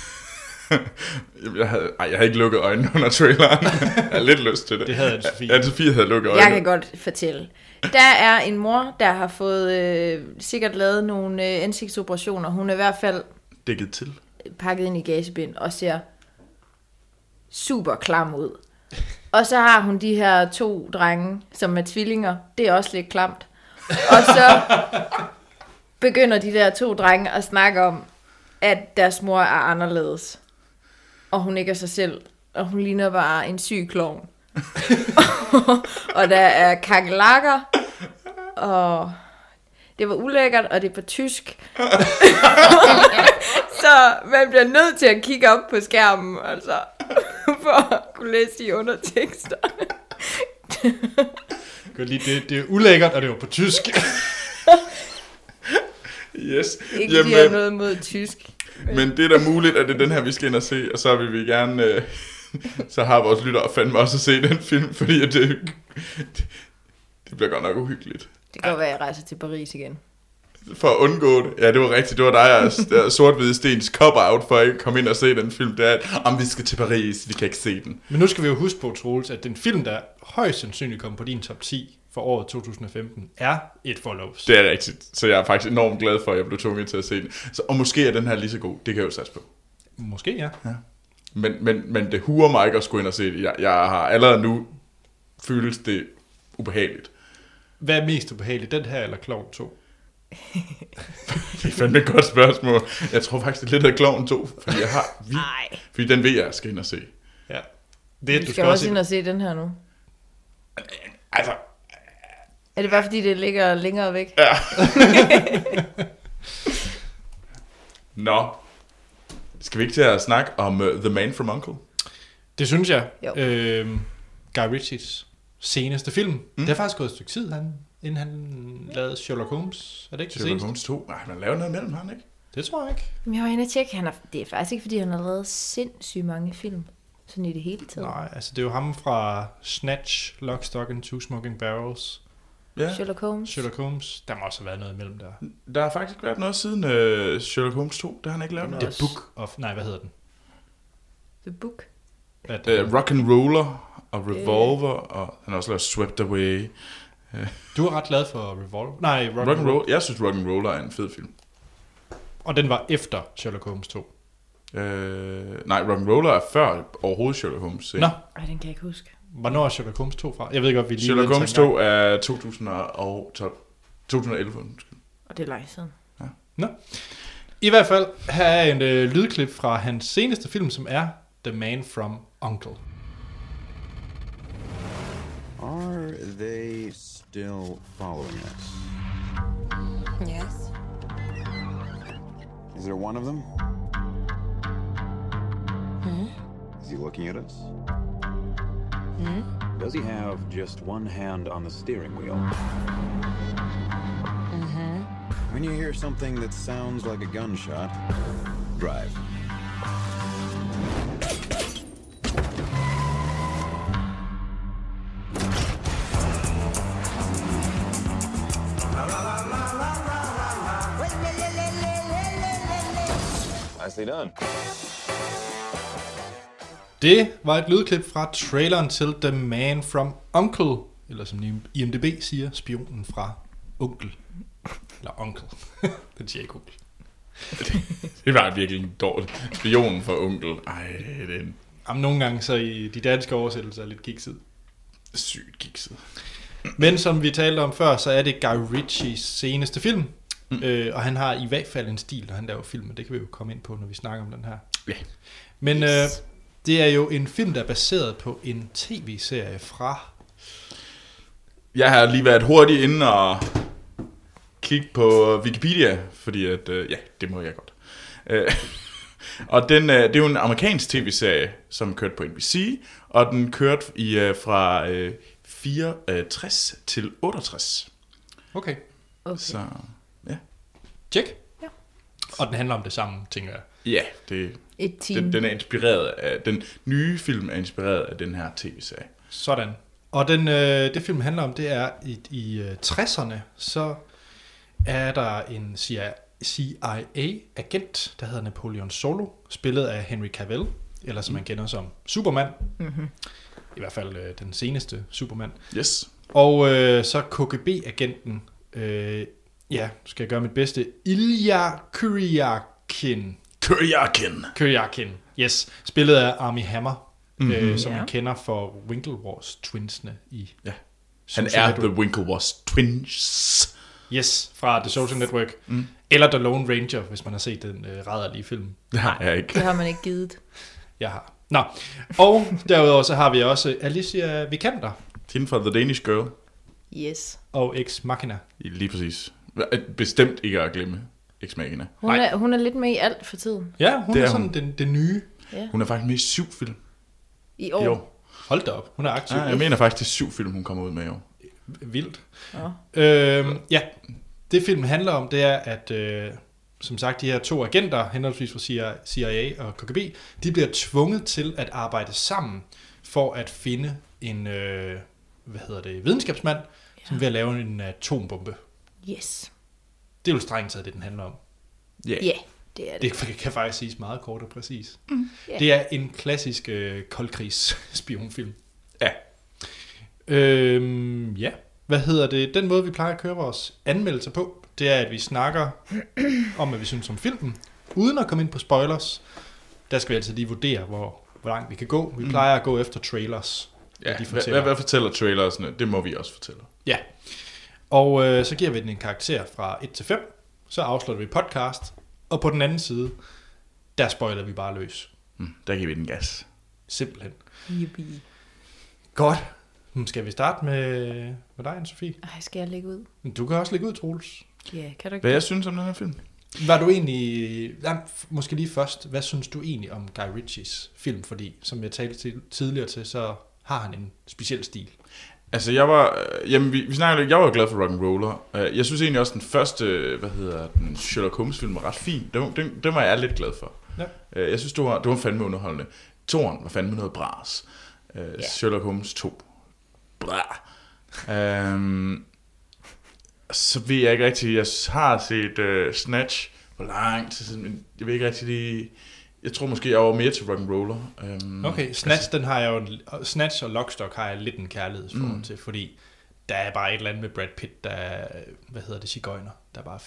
jeg, havde, ej, jeg havde ikke lukket øjnene under traileren. Jeg havde lidt lyst til det. Det havde Anne-Sophie. Anne-Sophie havde lukket øjnene. Jeg kan godt fortælle. Der er en mor, der har fået øh, sikkert lavet nogle øh, ansigtsoperationer. Hun er i hvert fald Dækket til. pakket ind i gasebind og ser super klam ud. Og så har hun de her to drenge, som er tvillinger. Det er også lidt klamt. Og så begynder de der to drenge at snakke om, at deres mor er anderledes. Og hun ikke er sig selv. Og hun ligner bare en syg klovn. Og der er kakelakker. Og det var ulækkert, og det er på tysk. Så man bliver nødt til at kigge op på skærmen, altså, for at kunne læse de undertekster. Det, det, det er ulækkert, og det var på tysk. Yes. Ikke fordi jeg har noget mod tysk. Men det er da muligt, at det er den her, vi skal ind og se, og så vil vi gerne, øh, så har vores lyttere fandme også at se den film, fordi at det, det bliver godt nok uhyggeligt. Det kan godt være, at jeg rejser til Paris igen. For at undgå det. Ja, det var rigtigt. Det var dig, der sort-hvide stens cop-out for at ikke komme ind og se den film. Det er, at om vi skal til Paris, vi kan ikke se den. Men nu skal vi jo huske på, Troels, at den film, der højst sandsynligt kommer på din top ti for året to tusind og femten, er It Follows. Det er rigtigt. Så jeg er faktisk enormt glad for, at jeg blev tvunget til at se den. Så, og måske er den her lige så god. Det kan jeg jo satse på. Måske, ja. Ja. Men, men, men det huer mig ikke at skulle ind og se det. Jeg, jeg har allerede nu føles det ubehageligt. Hvad er mest ubehageligt, den her eller Klovn to? Det er fandme et godt spørgsmål. Jeg tror faktisk, det er lidt af Klovn to, fordi jeg har vi, Nej. fordi den ved jeg skal ind og se. Ja. Det, Du du skal også ind og se den her nu. Altså, Er det bare fordi, det ligger længere væk? ja. Nå. Skal vi ikke til at snakke om uh, The Man from U N C L E? Det synes jeg. Jo. Øhm, Guy Ritchies seneste film. Mm. Det har faktisk gået et stykke tid, han, inden han lavede Sherlock Holmes. Er det ikke det Sherlock seneste? Holmes to. Nej, man laver noget mellem ham, ikke? Det tror jeg ikke. Men jeg var inde og tjekke, han har, det er faktisk ikke, fordi han har lavet sindssygt mange film. Sådan i det hele taget. Nej, altså det er jo ham fra Snatch, Lock, Stock and Two Smoking Barrels, Ja. Sherlock Holmes. Sherlock Holmes. Der må også have været noget imellem der. Der har faktisk været noget siden uh, Sherlock Holmes to. Det har han ikke lavet Den er noget. The Book of... Nej, hvad hedder den? The Book. Hvad er det? Uh, Rock and Roller og Revolver, og han har også lavet Swept Away. Du er ret glad for Revolver. Nej, Rock, Rock and Roll. Jeg synes, Rock and Roller er en fed film. Og den var efter Sherlock Holmes to. Øh, nej, Rock'n'Roller er før overhovedet Sherlock Holmes. Nå. Ej, den kan jeg ikke huske. Hvornår er Sherlock Holmes to fra? Jeg ved godt, vi lige... Sherlock Holmes to er to tusind og tolv. to tusind og elleve. Og det er længe siden. Ja. Nå. I hvert fald, her er en øh, lydklip fra hans seneste film, som er The Man from Uncle. Are they still following us? Yes. Is there one of them? Hmm? Is he looking at us? Hmm? Does he have just one hand on the steering wheel? Mm-hmm. When you hear something that sounds like a gunshot, drive. Nicely done. Det var et lydklip fra traileren til The Man from Uncle, eller som I M D B siger, spionen fra onkel. Eller onkel. Den siger ikke onkel. Det var virkelig en dårlig spionen for onkel. Ej, det er en... Jamen, nogle gange så i de danske oversættelser er lidt kikset. Sygt kikset. Men som vi talte om før, så er det Guy Ritchies seneste film. Mm. Øh, og han har i hvert fald en stil, når han laver film, og det kan vi jo komme ind på, når vi snakker om den her. Ja. Men øh, det er jo en film, der er baseret på en tv-serie fra... Jeg har lige været hurtigt inde og kigge på Wikipedia, fordi at, øh, ja, det må jeg godt. Øh, og den, øh, det er jo en amerikansk tv-serie, som kørte på N B C, og den kørte i, øh, fra øh, fireogtres til otteogtres. Okay. Okay. Så, ja. Tjek. Ja. Og den handler om det samme, tænker jeg. Ja, det, Et team. den, den er inspireret af, den nye film er inspireret af den her tv-serie. Sådan. Og den, øh, det film handler om, det er i, i øh, tresserne, så er der en C I A-agent, der hedder Napoleon Solo, spillet af Henry Cavill, eller som man kender som Superman. Mm-hmm. I hvert fald øh, den seneste Superman. Yes. Og øh, så K G B-agenten, øh, ja, skal jeg gøre mit bedste, Ilya Kuryakin. Kuryakin. Kuryakin, yes. Spillet af Armie Hammer, mm-hmm. øh, som Ja. man kender for Winklevoss twinsene i... Ja. Han Social er Network. The Winklevoss Twins. Yes, fra The Social Network. Mm. Eller The Lone Ranger, hvis man har set den øh, rædderlige film. Det har jeg ikke. Det har man ikke givet. Jeg har. Nå, og derudover så har vi også Alicia Vikander Hende fra The Danish Girl. Yes. og Ex Machina. Lige præcis. Bestemt ikke at glemme Ex Machina. Hun er, hun er lidt med i alt for tiden. Ja, hun Det er, er sådan hun. Den, den nye. Ja. Hun er faktisk med i syv film I år. i år. Hold da op, hun er aktiv. Ja, jeg mener faktisk, det er syv film, hun kommer ud med i år. Vildt. Ja. Øhm, ja, det filmen handler om, det er, at øh, som sagt, de her to agenter, henholdsvis fra C I A og K G B, de bliver tvunget til at arbejde sammen for at finde en, øh, hvad hedder det, videnskabsmand, ja. som vil lave en atombombe. Yes. Det er jo strengt taget det, den handler om. Ja. Ja, yeah, det er det. Det kan faktisk siges meget kort og præcis. Mm, yeah. Det er en klassisk øh, koldkrigs spionfilm. Ja. Øhm, ja. Hvad hedder det? Den måde, vi plejer at køre vores anmeldelser på, det er, at vi snakker om, hvad vi synes om filmen, uden at komme ind på spoilers. Der skal vi altid lige vurdere, hvor, hvor langt vi kan gå. Vi plejer at gå efter trailers. Ja, de hvad, fortæller. hvad, hvad fortæller trailersne? Det må vi også fortælle. Ja. Og øh, så giver vi den en karakter fra et til fem. Så afslutter vi podcast. Og på den anden side, der spoiler vi bare løs. Mm, der giver vi den gas. Simpelthen. Yippie. Godt. Nu skal vi starte med, med dig, Anne-Sophie. Ej, skal jeg lægge ud? Du kan også lægge ud, Troels. Ja, kan du ikke? Hvad jeg synes om den her film? Var du egentlig... Nej, måske lige først. Hvad synes du egentlig om Guy Ritchies film? Fordi, som jeg talte til, tidligere til, så har han en speciel stil. Altså, jeg var... Jamen, vi, vi snakkede lidt. Jeg var jo glad for Rock'n'Roller. Jeg synes egentlig også, den første, hvad hedder den, Sherlock Holmes-film var ret fin. Den, den, den var jeg lidt glad for. Ja. Jeg synes, det var, det var fandme underholdende. Toren var fandme noget bras. Yeah. Sherlock Holmes to. Bra. um, så ved jeg ikke rigtig... Jeg har set uh, Snatch. Hvor langt siden... Jeg ved ikke rigtig lige... Jeg tror måske, jeg var mere til Rock'n'Roller. Um, okay, Snatch, altså, den har jeg jo... Snatch og Lockstock har jeg lidt en kærlighedsforhold mm. til, fordi der er bare et eller andet med Brad Pitt, der... Hvad hedder det? Sigøjner. Der er bare fedt.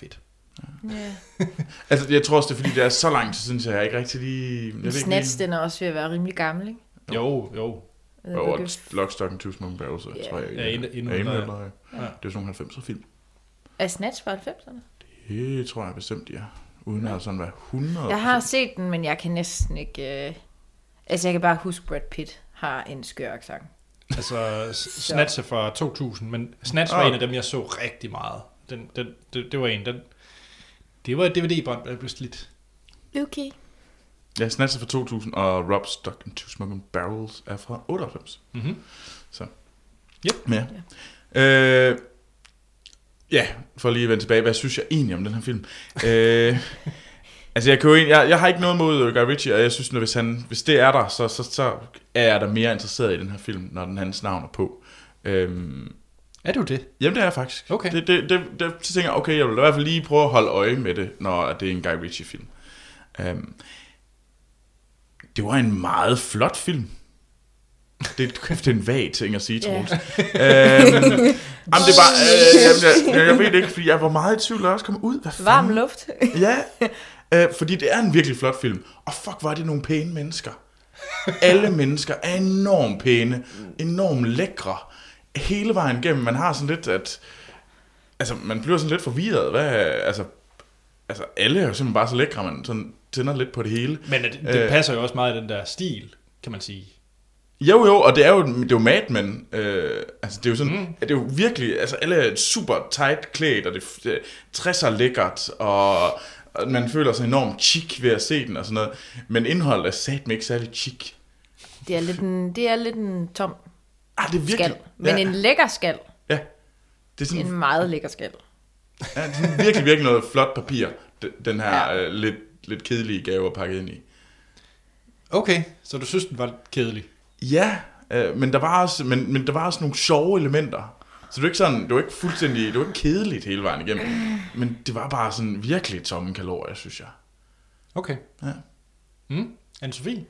Ja. Altså, jeg tror også, det er fordi, det er så langt, så synes jeg, jeg ikke rigtig lige... Jeg ved ikke Snatch, lige... den er også ved at være rimelig gammel, ikke? Jo, jo. Jeg Og ved og ikke, Lock, Stock and Two Smoking Barrels, Ja. tror jeg. Ja, endnu- endnu er endnu ældre, ældre, ja. ja. Det er jo sådan nogle halvfemser film. Er Snatch fra halvfemserne? Det tror jeg bestemt, de er. Uden at sådan være hundrede. Jeg har set den, men jeg kan næsten ikke... Øh... Altså, jeg kan bare huske, Brad Pitt har en skør accent. Altså, S- Snatch er fra to tusind, men Snatch var Ah. en af dem, jeg så rigtig meget. Den, den, det, det var en, den... Det var et D V D-bånd, der blev slidt. Okay. Ja, Snatch er fra to tusind, og Rob Stock and Two Smoking Barrels er fra otteoghalvfems. Mhm. Så. Yep. Ja. Øh, ja, for lige at vende tilbage, hvad synes jeg egentlig om den her film? øh, altså, jeg, kan jo egentlig, jeg, jeg har ikke noget mod Guy Ritchie, og jeg synes, at hvis, han, hvis det er der, så, så, så er jeg da mere interesseret i den her film, når den hans navn er på. Øhm, Er du det? Jamen, det er jeg faktisk. Okay. Det, det, det, det, så tænker jeg, okay, jeg vil i hvert fald lige prøve at holde øje med det, når det er en Guy Ritchie-film. Um, det var en meget flot film. Det, det er en vag ting at sige, Troels. Yeah. Um, jamen, det var... Øh, jamen, jeg, jeg ved det ikke, fordi jeg var meget i tvivl, og også kom ud. Hvad Varm fanden? luft. Ja, øh, fordi det er en virkelig flot film. Og fuck, var det nogle pæne mennesker. Alle mennesker er enormt pæne, enormt lækre. Hele vejen igennem, man har sådan lidt, at... Altså, man bliver sådan lidt forvirret. Hvad, altså, altså, alle er jo simpelthen bare så lækre, man sådan tænder lidt på det hele. Men det, det Øh. passer jo også meget i den der stil, kan man sige. Jo, jo, og det er jo, det er jo Mad Men. Øh, altså, det er jo sådan, mm. at det er jo virkelig, altså, alle er super tight klædt, og det, det tresser lækkert, og, og man føler sig enormt chic ved at se den, og sådan noget. Men indholdet er satme ikke særlig chic. Det er lidt en, det er lidt en tom Ah, det er virkelig... skal. Men ja, en lækker skal. ja, det er sådan, En meget lækker skal. ja, det er sådan virkelig, virkelig noget flot papir, den- den her Ja. øh, lidt, lidt kedelige gave at pakke ind i. Okay, så du synes, den var kedelig? Ja, øh, men, der var også, men, men der var også nogle sjove elementer. Så det var ikke sådan, det var ikke fuldstændig, det var ikke kedeligt hele vejen igennem. Men det var bare sådan virkelig tomme kalorier, synes jeg. Okay. Ja. Mm. Anne-Sophie?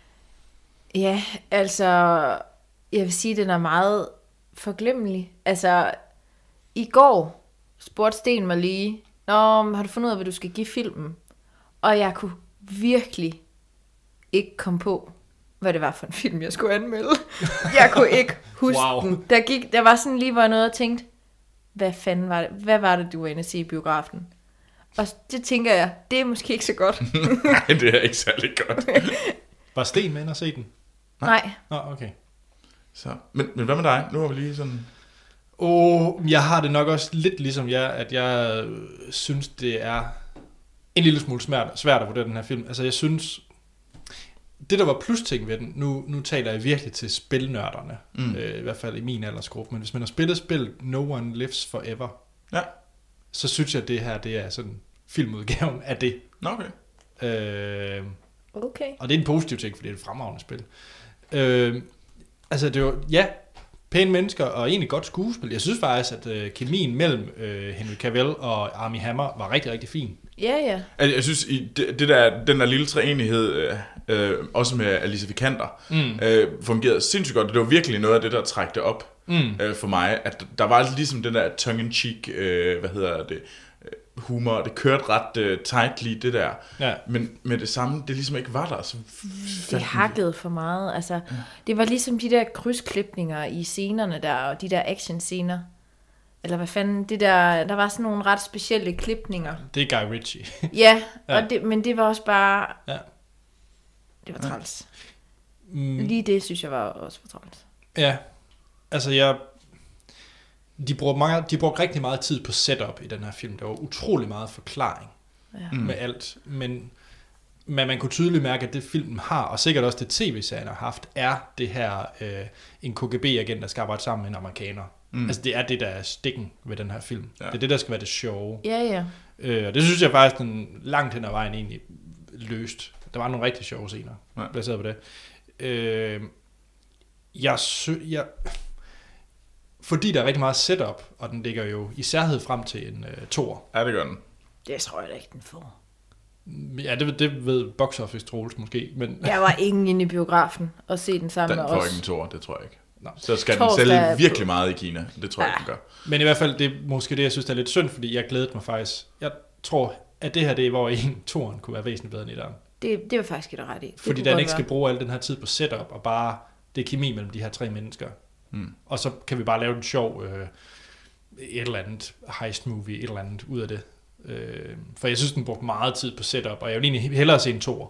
Ja, altså, jeg vil sige, at den er meget forglemmelig. Altså, i går spurgte Sten mig lige, Nå, men har du fundet ud af, hvad du skal give filmen? Og jeg kunne virkelig ikke komme på, hvad det var for en film, jeg skulle anmelde. Jeg kunne ikke huske Wow. den. Der, gik, der var sådan lige, hvor jeg nåede og tænkte, hvad fanden var det? Hvad var det, du var inde at se i biografen? Og det tænker jeg, det er måske ikke så godt. Nej, det er ikke særlig godt. Var Sten med ind og se den? Nej. Nå, okay. Så, men, men hvad med dig? Nu har vi lige sådan... Og jeg har det nok også lidt ligesom jer, at jeg øh, synes, det er en lille smule svært, svært at vurdere den her film. Altså, jeg synes, det der var plus-ting ved den, nu, nu taler jeg virkelig til spilnørderne, mm. øh, i hvert fald i min aldersgruppe, men hvis man har spillet spil No One Lives Forever, Ja, så synes jeg, at det her, det er sådan filmudgaven af det. nå okay. Øh, Okay. og det er en positiv ting, fordi det er et fremragende spil. Øh, altså, det var, ja, pæne mennesker og egentlig godt skuespil. Jeg synes faktisk, at øh, kemien mellem øh, Henry Cavill og Armie Hammer var rigtig, rigtig fin. Ja, ja. Altså, jeg synes, i det, det der, den der lille treenighed, øh, øh, også med Alicia Vikander, Mm. øh, fungerede sindssygt godt. Det var virkelig noget af det, der trækte op Mm. øh, for mig. At der var ligesom den der tongue-in-cheek, øh, hvad hedder det, øh, humor. Det kørte ret øh, tight lige det der. Ja. Men med det samme, det ligesom ikke var der. Så Det hakkede for meget. Altså, ja. Det var ligesom de der krydsklipninger i scenerne der, og de der actionscener. Eller hvad fanden, det der, der var sådan nogle ret specielle klipninger. Det er Guy Ritchie. Ja, Ja. og det, men det var også bare, Ja. det var træls. Mm, Lige det, synes jeg var også for træls. ja, altså jeg... De brugte, mange, de brugte rigtig meget tid på setup i den her film. Der var utrolig meget forklaring Ja. mm. med alt. Men, men man kunne tydeligt mærke, at det filmen har, og sikkert også det tv-serien har haft, er det her øh, en K G B-agent, der skal arbejde sammen med en amerikaner. Mm. Altså det er det, der er stikken ved den her film. Ja. Det er det, der skal være det sjove. Ja, ja. Øh, og det synes jeg faktisk, den langt hen ad vejen egentlig løst. Der var nogle rigtig sjove scener, Ja. baseret på det. Øh, jeg, sy- jeg fordi der er rigtig meget setup, og den ligger jo i særhed frem til en uh, toer. Ja, det gør den. Det tror jeg da ikke, den får. Ja, det, det ved Box Office Troels måske, men Jeg var ingen inde i biografen og se den sammen Den med får os. ikke en toer, det tror jeg ikke. Nå. Så skal den Torsdag sælge er- virkelig meget i Kina. Det tror jeg Ja. ikke, den gør. Men i hvert fald, det er måske det, jeg synes, der er lidt synd, fordi jeg glædede mig faktisk. Jeg tror, at det her det er, hvor en toren kunne være væsentligt bedre end etteren. Det, det var faktisk et ret i. Det Fordi kunne den godt ikke skal være. bruge al den her tid på setup, og bare, det er kemi mellem de her tre mennesker. Mm. Og så kan vi bare lave en sjov, øh, et eller andet heist movie, et eller andet ud af det. Øh, for jeg synes, den brugte meget tid på setup, og jeg vil egentlig hellere se en toer.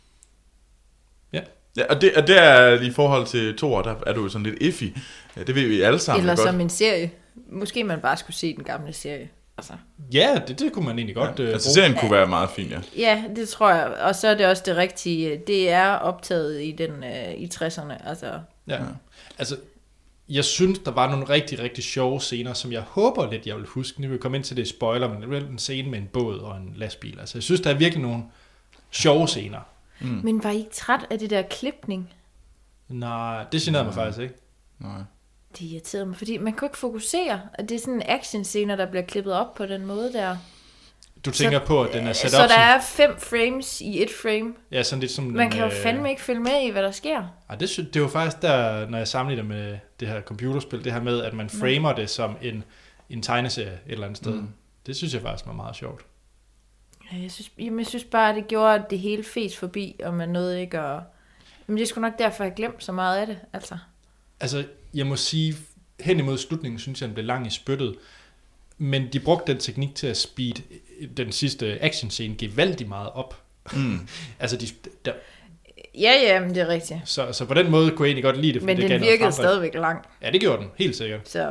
Ja. Ja, og det, og det er i forhold til toer, der er du jo sådan lidt iffy. Ja, det ved vi alle sammen Eller godt. som en serie. Måske man bare skulle se den gamle serie. Altså. Ja, det, det kunne man egentlig godt Ja, øh, altså bruge. serien kunne være meget fin, ja. Ja, det tror jeg. Og så er det også det rigtige. Det er optaget i, den, øh, i tresserne. Altså, Ja. Altså, jeg synes, der var nogle rigtig, rigtig sjove scener, som jeg håber lidt, jeg vil huske. Nu vil vi komme ind til det i spoiler, men det er en scene med en båd og en lastbil. Altså, jeg synes, der er virkelig nogle sjove scener. mm. Men var I ikke træt af det der klipning? Nej, det generede mig faktisk ikke. Nej. Det irriterede mig, fordi man kunne ikke fokusere. Og det er sådan en action-scener, der bliver klippet op på den måde der. Du tænker på, at den er sat Så op der som... er fem frames i et frame. Ja, sådan lidt som... Man en, kan jo øh, fandme ikke følge med i, hvad der sker. Ej, det, sy- det var faktisk der, når jeg sammenligner med det her computerspil, det her med, at man framer det som en, en tegneserie et eller andet sted. Mm. Det synes jeg faktisk var meget sjovt. Ja, jeg synes, jamen, jeg synes bare, at det gjorde, at det hele fes forbi, og man nåede ikke at... Men det er sgu nok derfor, jeg har glemt så meget af det, altså. Altså, jeg må sige, hen imod slutningen, synes jeg, den blev lang i spyttet. Men de brugte den teknik til at speed den sidste actionscene gevaldigt meget op. Mm. altså, de, der, Ja, ja, men det er rigtigt. så, så på den måde kunne jeg egentlig godt lide det. fordi Men det gav den noget virkede fremdrift. stadigvæk lang, Ja, det gjorde den, helt sikkert. så...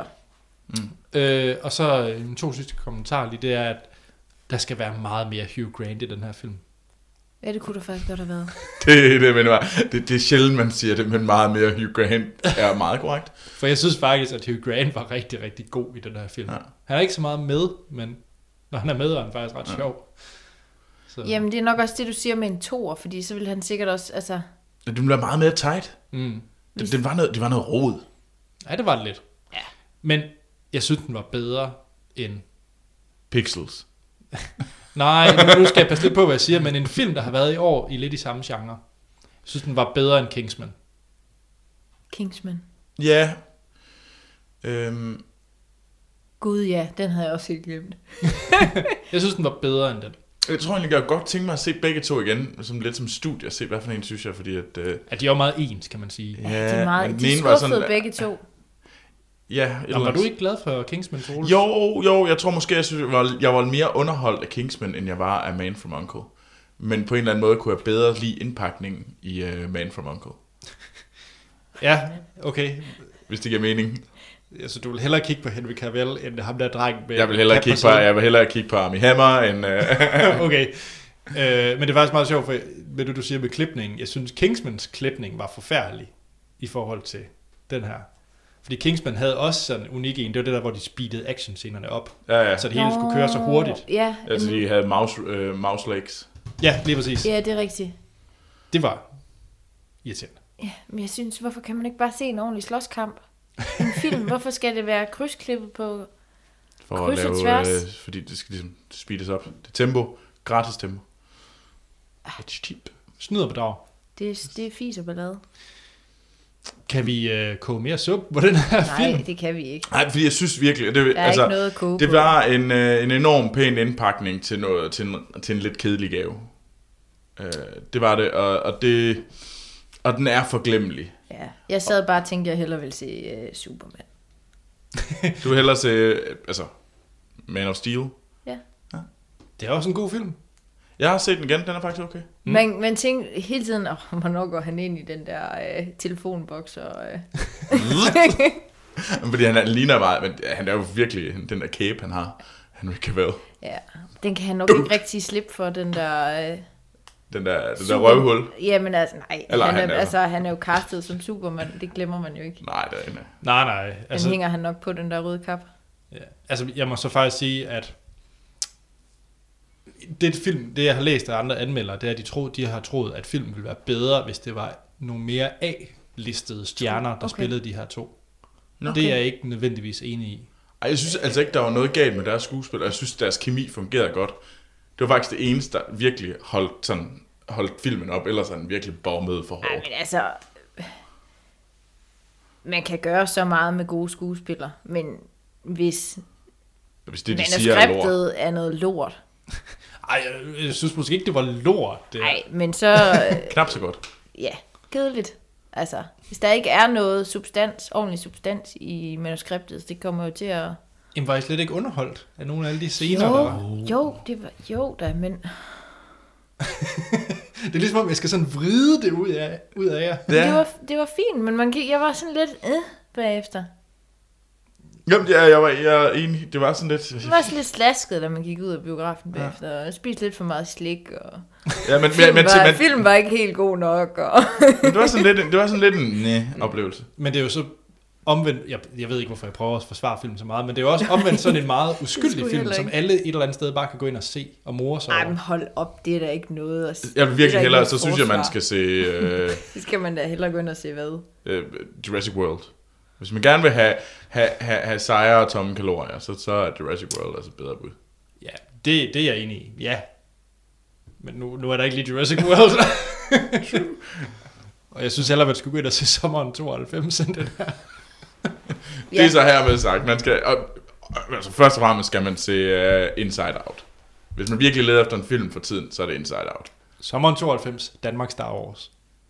Øh, og så øh, mine to sidste kommentarer lige, det er, at der skal være meget mere Hugh Grant i den her film. Ja, det kunne der faktisk godt have været. Det, det, men, det, det er sjældent, man siger det, men meget mere Hugh Grant er meget korrekt. For jeg synes faktisk, at Hugh Grant var rigtig, rigtig god i den her film. Ja. Han er ikke så meget med, men når han er med, er han faktisk ret ja. sjov. Så. Jamen, det er nok også det, du siger med en toer, fordi så vil han sikkert også, altså... Det blev meget mere tight. Mm. Det, det, var noget, det var noget rod. Ja, det var det lidt. Ja. Men jeg synes, den var bedre end... Pixels. Nej, nu skal jeg passe lidt på, hvad jeg siger, men en film, der har været i år i lidt i samme genre. Jeg synes, den var bedre end Kingsman. Kingsman. Ja. Øhm, Gud ja, den havde jeg også helt glemt. Jeg synes, den var bedre end den. jeg tror egentlig, jeg kunne godt tænke mig at se begge to igen, som lidt som studie, at se, hvad for en synes jeg, fordi at... Øh, At de er jo meget ens, kan man sige. ja, Ja, de er, meget, men de den ene var skuffede sådan- begge to. Ja, et Nå, eller var andet- du ikke glad for Kingsman, Troels? Jo, jo, jeg tror måske, jeg, synes, jeg, var, jeg var mere underholdt af Kingsman, end jeg var af Man from Uncle. Men på en eller anden måde kunne jeg bedre lide indpakningen i uh, Man from Uncle. Ja, okay. Hvis det giver mening. Altså, du vil hellere kigge på Henry Cavill, end ham der dreng med... Jeg vil hellere kigge på, jeg vil hellere kigge på Armie Hammer, end... Uh... Okay. Øh, men det er faktisk meget sjovt, for hvad du, du siger med klipningen. Jeg synes, Kingsmans klipning var forfærdelig i forhold til den her. Fordi Kingsman havde også sådan en unik en. Det var det der, hvor de speedede actionscenerne op. Ja, ja. Så det hele skulle køre så hurtigt. Ja, Altså, de havde mouse, uh, mouse legs. Ja, lige præcis. ja, det er rigtigt. Det var irriterende. Ja, men jeg synes, hvorfor kan man ikke bare se en ordentlig slåskamp? En film, hvorfor skal det være krydsklippet på... For Kryds at og lave, tværs. øh, fordi det skal ligesom speedes op. Det er tempo. Gratis tempo. It's cheap. Snyder bedrag. Det, er- det er fis og ballade. Kan vi øh, koge mere suppe på den her Nej, film? det kan vi ikke. Nej, fordi jeg synes virkelig... Det, Der er altså, ikke noget at koge det på. var en, øh, en enorm pæn indpakning til, noget, til, en, til en lidt kedelig gave. Øh, det var det, og, og det... Og den er forglemmelig. Ja, jeg sad bare og tænkte, at jeg hellere ville se uh, Superman. Du vil hellere se... øh, Altså... Man of Steel. Ja. Det er også en god film. Jeg har set den igen, den er faktisk okay. Mm. Man, man tænker hele tiden, oh, hvornår går han ind i den der uh, telefonboks og... Uh... Fordi han ligner meget, men han er jo virkelig den der cape, han har. Henry Cavill. ja, den kan han nok ikke rigtig slippe for, den der... Uh... Den der, den der Super- røvhul. Jamen altså, nej. Eller han, er, han er jo- altså, han er jo castet som Superman. Det glemmer man jo ikke. Nej, det er en... Nej, nej. Altså, Altså, den hænger han nok på, den der røde kap. ja. altså, jeg må så faktisk sige, at det film, det jeg har læst af andre anmeldere, det er, at de, tro, de har troet, at filmen ville være bedre, hvis det var nogle mere A-listede stjerner, der Okay. spillede de her to. Nå. Det er jeg ikke nødvendigvis enig i. Ej, jeg synes altså ikke, der var noget galt med deres skuespil, og jeg synes, deres kemi fungerede godt. Det var faktisk det eneste, der virkelig holdt, sådan, holdt filmen op, ellers er den virkelig bommet for Nej, hårdt. men altså... Man kan gøre så meget med gode skuespillere, men hvis Hvis det, de siger, er lort. manuskriptet er noget lort, Ej, jeg, jeg synes måske ikke, det var lort. Det. Nej, men så... Knap så godt. Ja, kedeligt. Altså, hvis der ikke er noget substans, ordentlig substans i manuskriptet, så det kommer jo til at... Jamen, var I slet ikke underholdt af nogle af alle de scener, Jo, der var? jo, det var, jo da, men... Det er ligesom om, jeg skal sådan vride det ud af, ud af jer. Det, var, det var fint, men man gik, jeg var sådan lidt øh, bagefter. Jamen, ja, jeg var jeg er enig. Det var sådan lidt... Det var sådan lidt slasket, da man gik ud af biografen bagefter, og spiste lidt for meget slik, og... Ja, men, Filmen, men, var, men, filmen var ikke helt god nok, og... men det var sådan lidt, det var sådan lidt en næ-oplevelse. Men det er jo så omvendt, jeg, jeg ved ikke, hvorfor jeg prøver at forsvare filmen så meget, men det er jo også omvendt sådan en meget uskyldig film, som alle et eller andet sted bare kan gå ind og se og more sig Ej, over. men hold op, det er da ikke noget at... Jeg vil virkelig hellere, så synes jeg, man forsvar. skal se øh, Det skal man da hellere gå ind og se hvad. øh, Jurassic World. Hvis man gerne vil have, have, have, have sejre og tomme kalorier, så, så er Jurassic World altså bedre bud. Ja, det, det er jeg enig i, ja. Men nu, nu er der ikke lige Jurassic World. Og jeg synes heller, man skulle gå ind og se Sommeren tooghalvfems, den her. Det er så hermed sagt. Man skal, og, altså først og fremmest skal man se uh, Inside Out. Hvis man virkelig leder efter en film for tiden, så er det Inside Out. Sommeren tooghalvfems, Danmark Star Wars.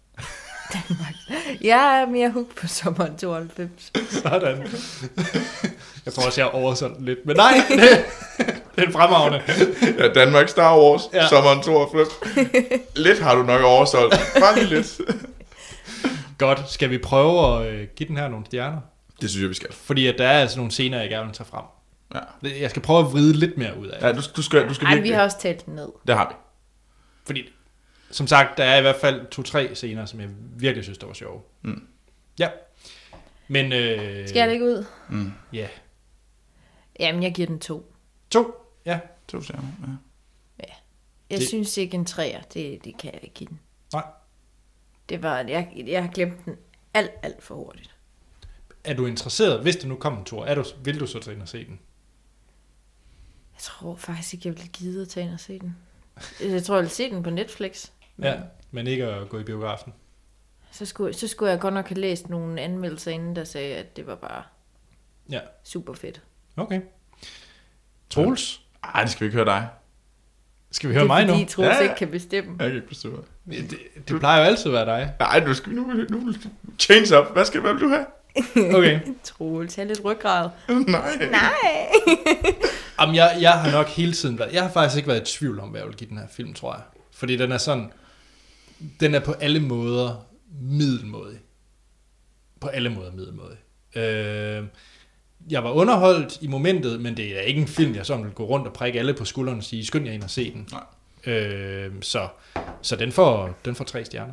Jeg er mere hooked på Sommeren tooghalvfems. Sådan. Jeg tror også, jeg har oversolgt lidt. Men nej, det, det er en fremragende. Ja, Danmark Star Wars, Ja. ja. Sommeren tooghalvfems. Lidt har du nok oversolgt. Bare lige lidt. Godt, skal vi prøve at øh, give den her nogle stjerner? Det synes jeg, vi skal. Fordi at der er altså nogle scener, jeg gerne vil tage frem. Ja, Jeg skal prøve at vride lidt mere ud af det. ja du, du skal, du skal Ej, virkelig... vi har også talt den ned. Det har vi. Fordi, som sagt, der er i hvert fald to-tre scener, som jeg virkelig synes, der var sjove. Mm. Ja. Men... Øh, Skal jeg lægge ud? Mm. Ja. Jamen, jeg giver den to. To. Ja. To stjerner, ja. Jeg Det- synes ikke en træer, det, det kan jeg ikke give den. Nej. Det var, jeg, jeg har glemt den alt, alt for hurtigt. Er du interesseret, hvis der nu kommer en tur, er du, vil du så tage ind og se den? Jeg tror faktisk ikke, jeg vil gide at tage ind og se den. Jeg tror, jeg vil se den på Netflix. Ja, men ikke at gå i biografen. Så skulle, så skulle jeg godt nok have læst nogle anmeldelser inden, der sagde, at det var bare Ja. super fedt. Okay. Troels, Ej, det skal vi ikke høre dig. skal vi høre det er mig fordi, nu? Troels Ja, ja. ikke kan bestemme. Jeg kan ikke bestemme. Det, det plejer jo altid at være dig. Nej, nu skal vi nu, nu change up. Hvad skal hvad vil du have? Okay. Troels, have lidt ryggrad. Nej. Nej! Jamen, jeg, jeg har nok hele tiden været... Jeg har faktisk ikke været i tvivl om, hvad jeg vil give den her film, tror jeg. Fordi den er sådan... Den er på alle måder middelmådig. På alle måder middelmådig. Øh, jeg var underholdt i momentet, men det er ikke en film, jeg sådan vil gå rundt og prikke alle på skuldrene og sige, skynd jer ind og se den. Nej. Øh, så så den, får, den får tre stjerner.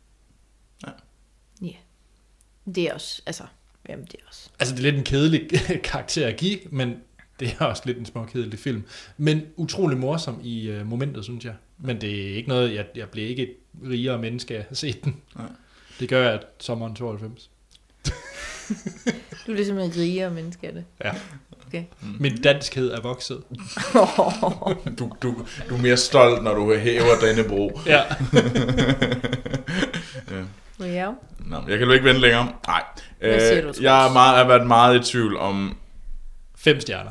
Ja. Det er også, altså, jamen det er også. Altså, det er lidt en kedelig karakter at give, men det er også lidt en små kedelig film. Men utrolig morsom i uh, momentet, synes jeg. Men det er ikke noget, jeg, jeg bliver ikke et rigere menneske af at have set den. Nej. Det gør jeg at sommeren tooghalvfems. Du er ligesom en rigere menneske af det. Ja. Okay. Min danskhed er vokset. Du, du, du er mere stolt, når du hæver denne bro. Ja. Ja. Nå, jeg kan jo ikke vente længere. Nej. Hvad siger du, Troels? jeg er meget, har været meget i tvivl om... Fem stjerner.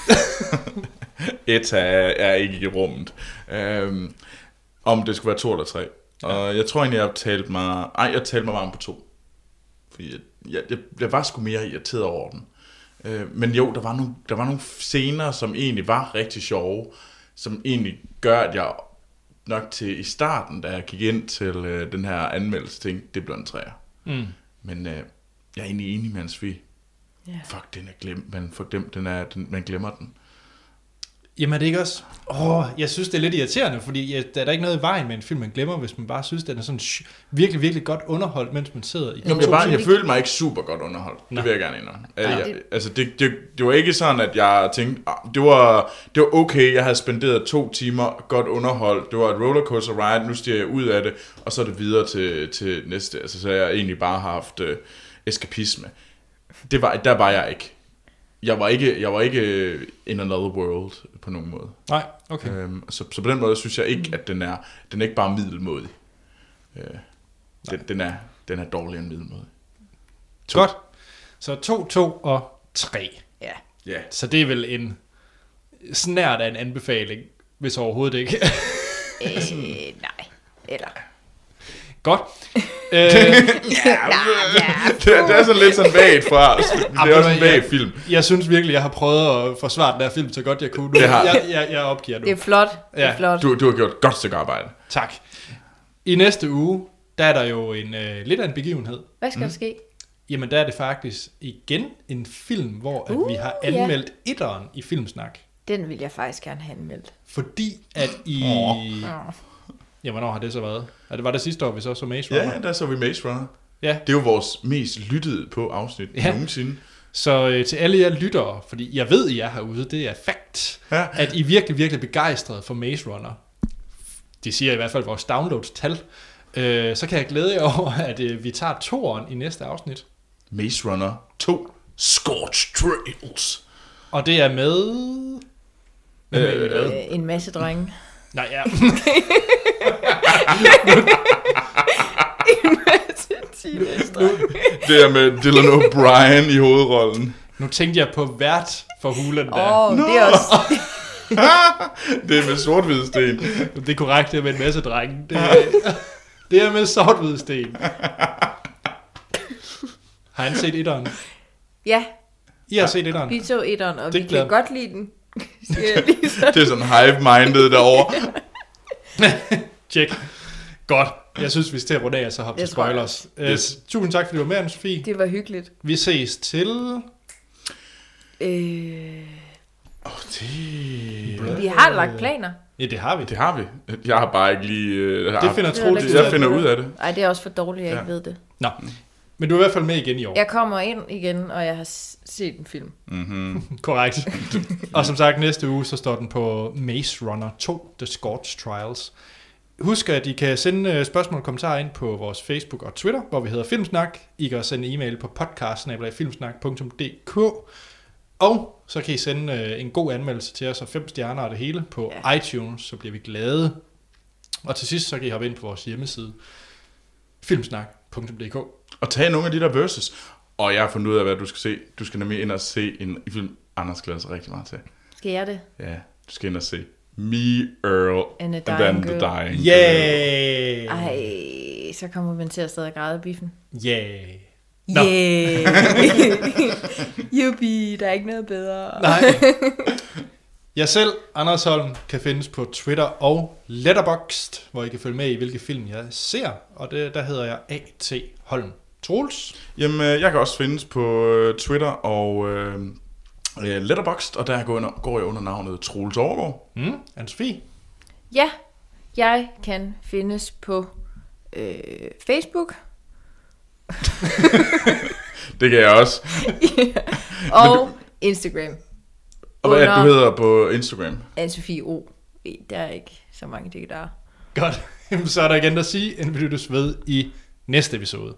Et er, er ikke i rummet. Øhm, om det skulle være to eller tre. Ja. Og jeg tror egentlig, jeg har talt mig... Ej, jeg talte mig varm på to. Fordi jeg, jeg, jeg, jeg var sgu mere irriteret over den. Øh, men jo, der var, nogle, der var nogle scener, som egentlig var rigtig sjove. Som egentlig gør, at jeg nok til i starten, da jeg gik ind til øh, den her anmeldelse, tænkte, det blev en træer. Mm. Men øh, jeg er egentlig enig med Hans Vig. Ja. Fuck, den er glemt. Man, fuck dem, den er, den, man glemmer den. Jamen er det ikke også... Åh, jeg synes, det er lidt irriterende, fordi ja, der er der ikke noget i vejen med en film, man glemmer, hvis man bare synes, den er sådan sh- virkelig, virkelig godt underholdt, mens man sidder i... Jamen, jeg, bare, jeg følte mig ikke super godt underholdt. Nå. Det vil jeg gerne indrømme. Nej, Jeg, det- altså, det, det, det var ikke sådan, at jeg tænkte, ah, det, var, det var okay, jeg havde spenderet to timer godt underholdt. Det var et rollercoaster ride, nu stiger jeg ud af det, og så er det videre til, til næste. Altså, så jeg egentlig bare haft øh, eskapisme. Det var, der var jeg ikke. Jeg var ikke, jeg var ikke in another world på nogen måde. Nej, okay. Øhm, så, så på den måde synes jeg ikke, at den er, den er ikke bare middelmådig. Øh, den, den, er, den er dårligere end middelmådig. To. Godt. Så to, to og tre. Ja. Ja. Så det er vel en snært af en anbefaling. Hvis overhovedet ikke. Øh, nej. Eller... Godt. øh, Ja, ja. Det, det er så lidt sådan vagt fra. Det er også en vag film. Jeg synes virkelig, jeg har prøvet at forsvare den her film så godt jeg kunne. Nu, Det har- jeg, jeg, jeg opgiver nu. Det er flot. Det er Ja. flot. Du, du har gjort et godt stykke arbejde. Tak. I næste uge, der er der jo en øh, lidt af en begivenhed. Hvad skal der ske? Jamen, der er det faktisk igen en film, hvor at Uh, vi har ja. anmeldt etteren i Filmsnak. Den vil jeg faktisk gerne have anmeldt. Fordi at i... Åh. Ja, hvornår har det så været? Ja, det var det sidste år, vi så så Maze Runner. Ja, der så vi Maze Runner. Ja. Det er jo vores mest lyttede på afsnit Ja. nogensinde. Så øh, til alle jer lyttere, fordi jeg ved, I er herude, det er fact, Ja. at I er virkelig, virkelig begejstrede for Maze Runner. Det siger i hvert fald vores downloads-tal. Øh, så kan jeg glæde jer over, at øh, vi tager toeren i næste afsnit. Maze Runner to. Scorched Trails. Og det er med... Hvem er egentlig med? Øh, en masse drenge. Nej, ja. En masse teenage-drenge. Det er med Dylan O'Brien i hovedrollen. Nu tænkte jeg på vært for hulen der. Åh, oh, det er også... Det er med sort-hvid sten. Det er korrekt, det er med en masse drenge. Det er, det er med sort-hvid sten. Har han set etteren? Ja, I har set etteren? vi så etteren, og Det vi glæder kan godt lide den. Siger jeg lige så. Det er sådan hive-minded derovre. Tjek. Godt. Jeg synes, vi skal til at runde af, så hoppe Det til tror jeg spoilers. Uh, Yes. tusind tak, fordi du var med, Anne-Sophie. Det var hyggeligt. Vi ses til... Øh, Oh, det... vi har lagt planer. Ja, det har vi. det har vi. Jeg har bare ikke lige... øh, Det finder Det er Troels lidt ud af. Jeg finder ud af det. Nej, det er også for dårligt, jeg Ja. ikke ved det. Nå, men du er i hvert fald med igen i år. Jeg kommer ind igen, og jeg har s- set en film. Mm-hmm. Korrekt. Og som sagt, næste uge, så står den på Maze Runner to, The Scorched Trials. Husk, at I kan sende øh, spørgsmål og kommentarer ind på vores Facebook og Twitter, hvor vi hedder Filmsnak. I kan også sende e-mail på podcast bindestreg filmsnak punktum d k. Og så kan I sende øh, en god anmeldelse til os og fem stjerner og det hele på Ja. iTunes, så bliver vi glade. Og til sidst, så kan I hoppe ind på vores hjemmeside, filmsnak punktum d k. Og tag nogle af de der verses. Og jeg har fundet ud af, hvad du skal se. Du skal nemlig ind og se en film, Anders glæder sig rigtig meget til. Skal jeg det? Ja, du skal ind og se Me, Earl, And a and Dying then the Girl. Dying Yay! Ej, så kommer man til at stadig græde af biffen. Yay! Nå. Yeah! Juppie, der er ikke noget bedre. Nej. Jeg selv, Anders Holm, kan findes på Twitter og Letterboxd, hvor I kan følge med i, hvilke film jeg ser. Og det, der hedder jeg A T Holm. Troels? Jamen, øh, jeg kan også findes på øh, Twitter og øh, øh, Letterboxd, og der går, under, går jeg under navnet Troels Overgaard. Mm, Anne-Sophie? Ja, jeg kan findes på øh, Facebook Det kan jeg også. og Instagram. Og hvad er det, Under- du hedder på Instagram? Anne-Sophie O. Der er ikke så mange ting, der er. Godt. Jamen, så er der igen at sige, end vi lyttes ved i næste episode.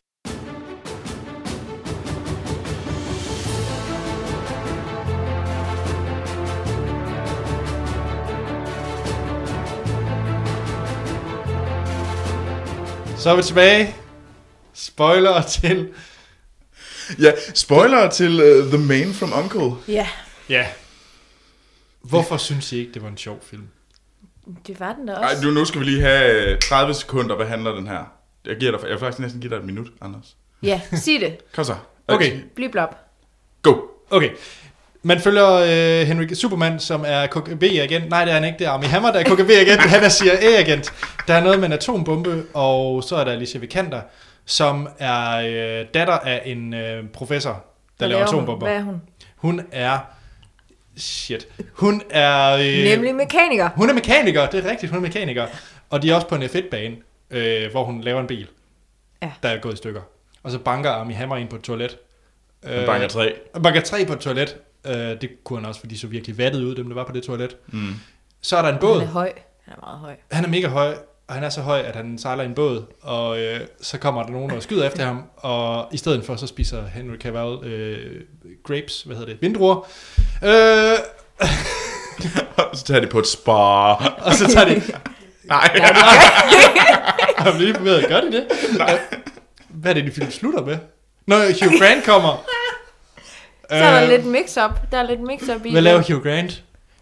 Så er vi tilbage. Spoiler til... Ja, spoiler til uh, The Man from Uncle. Ja, Ja. Hvorfor synes I ikke, det var en sjov film? det var den da Ej, også. nu, nu skal vi lige have tredive sekunder. Hvad handler den her? Jeg giver dig, jeg vil faktisk næsten give dig et minut, Anders. Ja, sig det. Kom så. Okay. Bliv blop. Go. Okay. Man følger øh, Henry Superman, som er K G B-agent. Nej, det er han ikke. Det er Armie Hammer, der er K G B-agent. Han er C I A-agent. Der er noget med en atombombe, og så er der Alicia Vikander, som er øh, datter af en øh, professor, der Hvad laver laver hun? atombomber. Hvad er hun? Hun er... Shit. Hun er... Øh, Nemlig mekaniker. Hun er mekaniker, det er rigtigt, hun er mekaniker. Og de er også på en F et bane, øh, hvor hun laver en bil, Ja. der er gået i stykker. Og så banker Armie Hammer ind på et toilet. Han banker tre. Øh, banker tre på et toilet. Øh, det kunne han også, fordi de så virkelig vattet ud, dem der var på det toilet. Mm. Så er der en båd. Han er høj. Han er meget høj. Han er mega høj, og han er så høj, at han sejler i en båd. Og øh, så kommer der nogen, der skyder efter ham. Og i stedet for, så spiser Henry Cavill øh, grapes, hvad hedder det, vindruer. Øh, Så tager de på et spa. og så tager de... Nej. Har vi lige bevæget? Gør de det? Nej. Hvad er det, de film slutter med? Når Hugh Grant kommer. Så er der lidt mix-up. Der er lidt mix-up i Hvad det. laver Hugh Grant?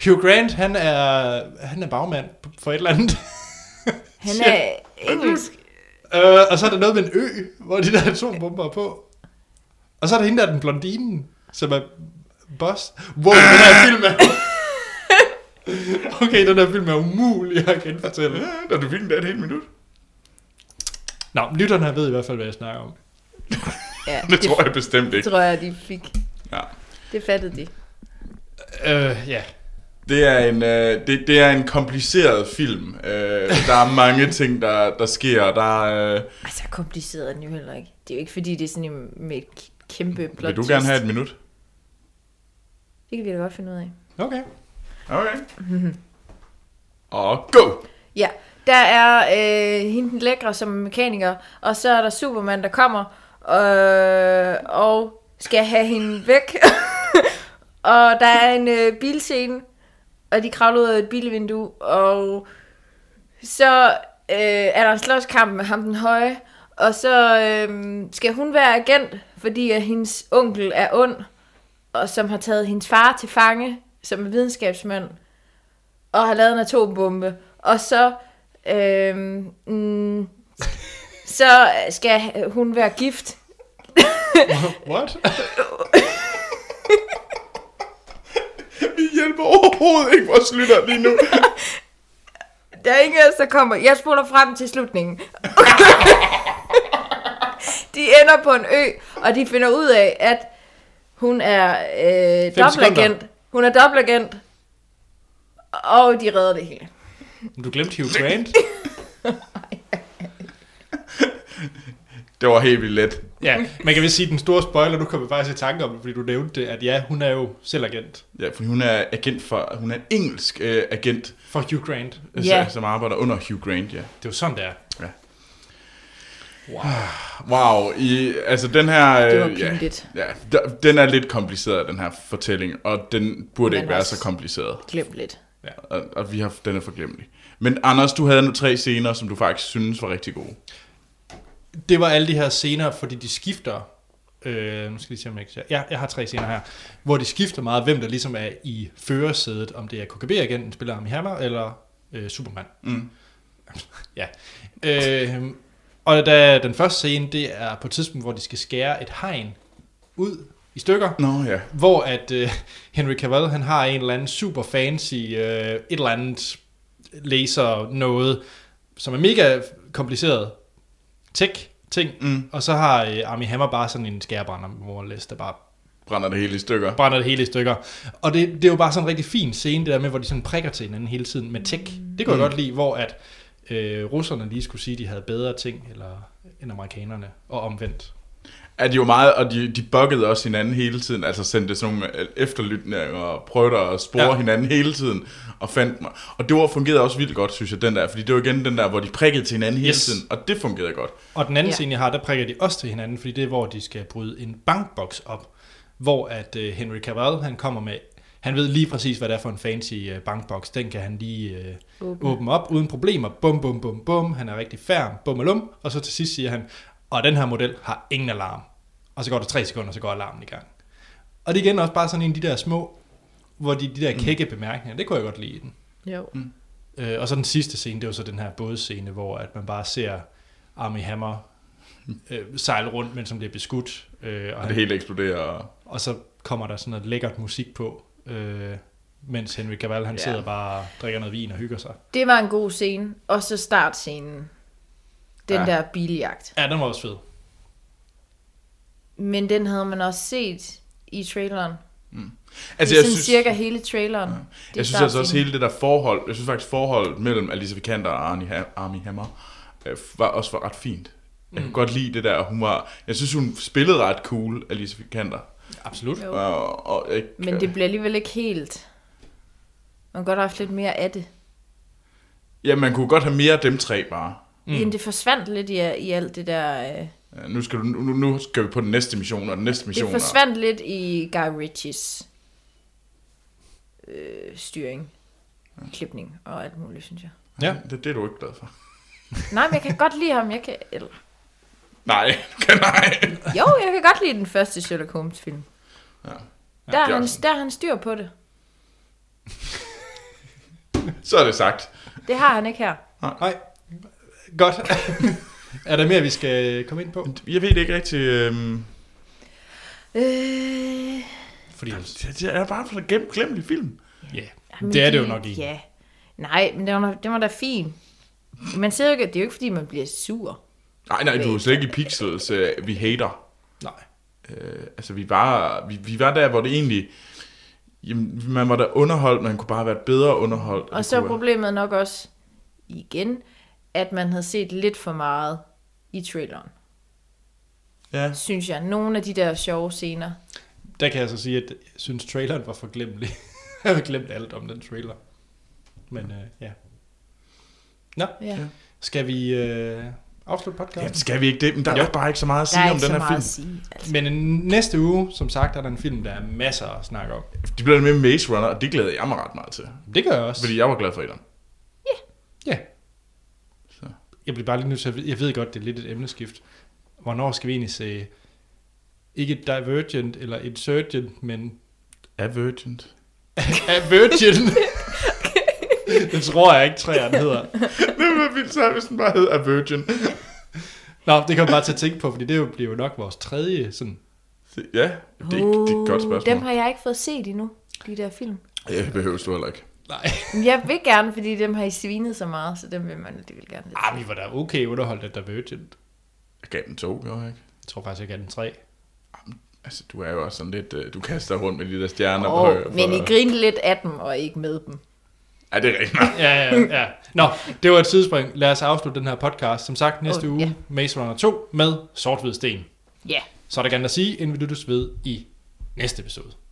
Hugh Grant, han er, han er bagmand for et eller andet. Han er engelsk. øh, og så er der noget med en ø, hvor de der atombomber er på. Og så er der hende der, den blondinen, som er boss. Wow, den her film er... Okay, den her film er umulig at genfortælle. Ja, da du fik den der et helt minut. Nå, lytterne ved i hvert fald, hvad jeg snakker om. Ja, Det tror jeg bestemt det ikke. tror jeg, de fik. Ja. Det fattede de. Øh, ja. Det er en, øh, det, det er en kompliceret film. Øh, der er mange ting, der, der sker. Der er, øh, Altså, kompliceret er den jo heller ikke. Det er jo ikke, fordi det er sådan en med et kæmpe plot vil du twist. gerne have et minut? Det kan vi da godt finde ud af. Okay. Okay. Og go! Ja, der er øh, hende den lækre som mekaniker, og så er der Superman, der kommer øh, og skal have hende væk. Og der er en øh, bilscene, og de kravler ud af et bilvindue, og så øh, er der en slåskamp med ham den høje, og så øh, skal hun være agent, fordi at hendes onkel er ond, og som har taget hendes far til fange, som er videnskabsmand, og har lavet en atombombe. Og så, øh, mm, så skal hun være gift. What? Vi hjælper overhovedet ikke vores lytter lige nu. Der er ingen af os, der kommer. Jeg spoler frem til slutningen. De ender på en ø, og de finder ud af, at hun er øh, dobbeltagent. Hun er dobbeltagent. Og de redder det hele. Du glemte Hugh Grant? Det var helt vildt let. Ja, man kan vel sige, at den store spoiler, nu kommer jeg faktisk i tanke om det, fordi du nævnte det, at ja, hun er jo selv agent. Ja, for hun er agent for, hun er en engelsk øh, agent, For Hugh Grant. Ja. som arbejder under Hugh Grant, ja. Det er jo sådan, det er. Ja. Wow. Wow, i, altså den her... Det var øh, ja, pinligt. ja, der- den er lidt kompliceret, den her fortælling, og den burde Men ikke være også- så kompliceret. Glem lidt. Og, og vi har, den er forglemmelig. Men Anders, du havde tre scener, som du faktisk synes var rigtig gode. Det var alle de her scener, fordi de skifter... Øh, nu skal jeg lige se, om jeg kan... Ja, jeg har tre scener her. Hvor de skifter meget, hvem der ligesom er i førersædet. Om det er K G B-agenten, spiller Armie Hammer, eller øh, Superman. Mm. Ja. Øh, og da den første scene, det er på et tidspunkt, hvor de skal skære et hegn ud i stykker. Nå ja. Hvor at øh, Henry Cavill, han har en eller anden super fancy, øh, et eller andet laser noget, som er mega kompliceret tech-ting. Mm. Og så har øh, Armie Hammer bare sådan en skærebrænder, hvor læs, der bare Brænder det hele i stykker. brænder det hele i stykker. Og det, det er jo bare sådan en rigtig fin scene, det der med, hvor de sådan prikker til hinanden hele tiden med tech. Det kunne jeg Mm. godt lide, hvor at øh, russerne lige skulle sige, at de havde bedre ting eller, end amerikanerne, og omvendt. Er de jo meget, og de, de buggede også hinanden hele tiden, altså sendte sådan nogle efterlytninger og prøvede at spore Ja. ja. hinanden hele tiden, og fandt mig. Og det var fungerede også vildt godt, synes jeg, den der, fordi det var igen den der, hvor de prikkede til hinanden hele Yes. tiden, og det fungerede godt. Og den anden Ja. scene, jeg har, der prikker de også til hinanden, fordi det er, hvor de skal bryde en bankboks op, hvor at øh, Henry Cavill, han kommer med, han ved lige præcis, hvad det er for en fancy øh, bankboks, den kan han lige øh, Åbne. åbne op uden problemer, bum, bum, bum, bum, han er rigtig færm, bum og lum, og så til sidst siger han, og den her model har ingen alarm. Og så går der tre sekunder, så går alarmen i gang. Og det er igen også bare sådan en af de der små, hvor de, de der kække bemærkninger, det kunne jeg godt lide i den. Jo. Øh, og så den sidste scene, det er jo så den her bådscene, hvor at man bare ser Armie Hammer øh, sejle rundt, mens han bliver beskudt. Øh, og, Og han, det hele eksploderer. Og... og så kommer der sådan noget lækkert musik på, øh, mens Henry Cavill, han Ja. sidder bare og drikker noget vin og hygger sig. Det var en god scene. Og så startscenen. Den Ja. der biljagt. Ja, den var også fed. Men den havde man også set i traileren. Altså, det er jeg sådan synes, cirka hele traileren. Det er jeg synes altså også startscenen. hele det der forhold, jeg synes faktisk forholdet mellem Alicia Vikander og Arnie ha- Armie Hammer øh, var også var ret fint. Jeg kunne Mm. godt lide det der, hun var, jeg synes hun spillede ret cool, Alicia Vikander. Absolut. Jo. Og, og ikke, Men det bliver alligevel ikke helt... Man kunne godt have haft lidt mere af det. Ja, man kunne godt have mere af dem tre bare. Mm. Men det forsvandt lidt i, i alt det der... Øh, Ja, nu, skal du, nu, nu skal vi på den næste mission, og den næste mission. det forsvandt lidt i Guy Ritchies øh, styring, klipning og alt muligt, synes jeg. Ja. Det, det er du ikke glad for. Nej, men jeg kan godt lide ham. Jeg kan, eller, Nej, kan nej. jo, jeg kan godt lide den første Sherlock Holmes film. Ja. Der, er det er han, også- der er han styr på det. Så er det sagt. Det har han ikke her. Nej. Godt. Er der mere, vi skal komme ind på? Jeg ved det ikke rigtig... Øhm... Øh... Fordi, Det, det er bare for en glem, glemelig film. ja, Jamen, det er det jo nok i. Ja. Nej, men det var, det var da fint. Man ser jo ikke, det er jo ikke, fordi man bliver sur. Nej, nej, du er jo slet ikke i Pixels, øh, vi hater. Nej. Øh, altså, vi var, vi, vi var der, hvor det egentlig... Jamen, man var der underholdt, man kunne bare være bedre underholdt. Og så er problemet nok også, igen, at man havde set lidt for meget i traileren. Ja. Synes jeg. Nogle af de der sjove scener. Der kan jeg så sige, at jeg synes, traileren var forglemmelig. Jeg har glemt alt om den trailer. Men øh, ja. Nå, Ja. skal vi øh, afslutte podcasten? Ja, skal vi ikke det? Men der er Jo. jo bare ikke så meget at Der er sige om ikke den så her meget film. at sige. Altså. Men øh, næste uge, som sagt, er der en film, der er masser at snakke om. De bliver med Maze Runner, og det glæder jeg mig ret meget til. Det gør jeg også. Fordi jeg var glad for etteren. Ja. Så. Jeg bliver bare lige nødt til at vide, jeg ved godt, det er lidt et emneskift. Hvornår skal vi egentlig se, ikke Divergent eller Insurgent, men Avergent. Avergent. Det tror jeg ikke, træerne hedder. Det var vildt så, hvis den bare hed Avergent. Nå, det kan man bare til at tænke på, fordi det jo bliver jo nok vores tredje sådan. Ja, det er, ikke, det er et godt spørgsmål. Dem har jeg ikke fået set endnu, de der film. Jeg behøver du heller ikke. Nej. Men jeg vil gerne, fordi dem har I svinet så meget, så dem vil man det vil gerne lidt. Ah, vi var da okay underholdt af Divergent. Jeg gav den to, gjorde jeg ikke? Jeg tror faktisk, jeg gav den tre. Altså, du er jo også sådan lidt... øh, Du kaster rundt med de der stjerner Oh, på... for- men I grinte lidt af dem, og ikke med dem. Ja, det er rigtigt. Ja, ja, ja. Nå, det var et tidsspring. Lad os afslutte den her podcast. Som sagt, næste Oh, uge, ja. Maze Runner to med Sort-Hvid Sten. Ja. Så er der gerne at sige, inden vi lyttes ved i næste episode.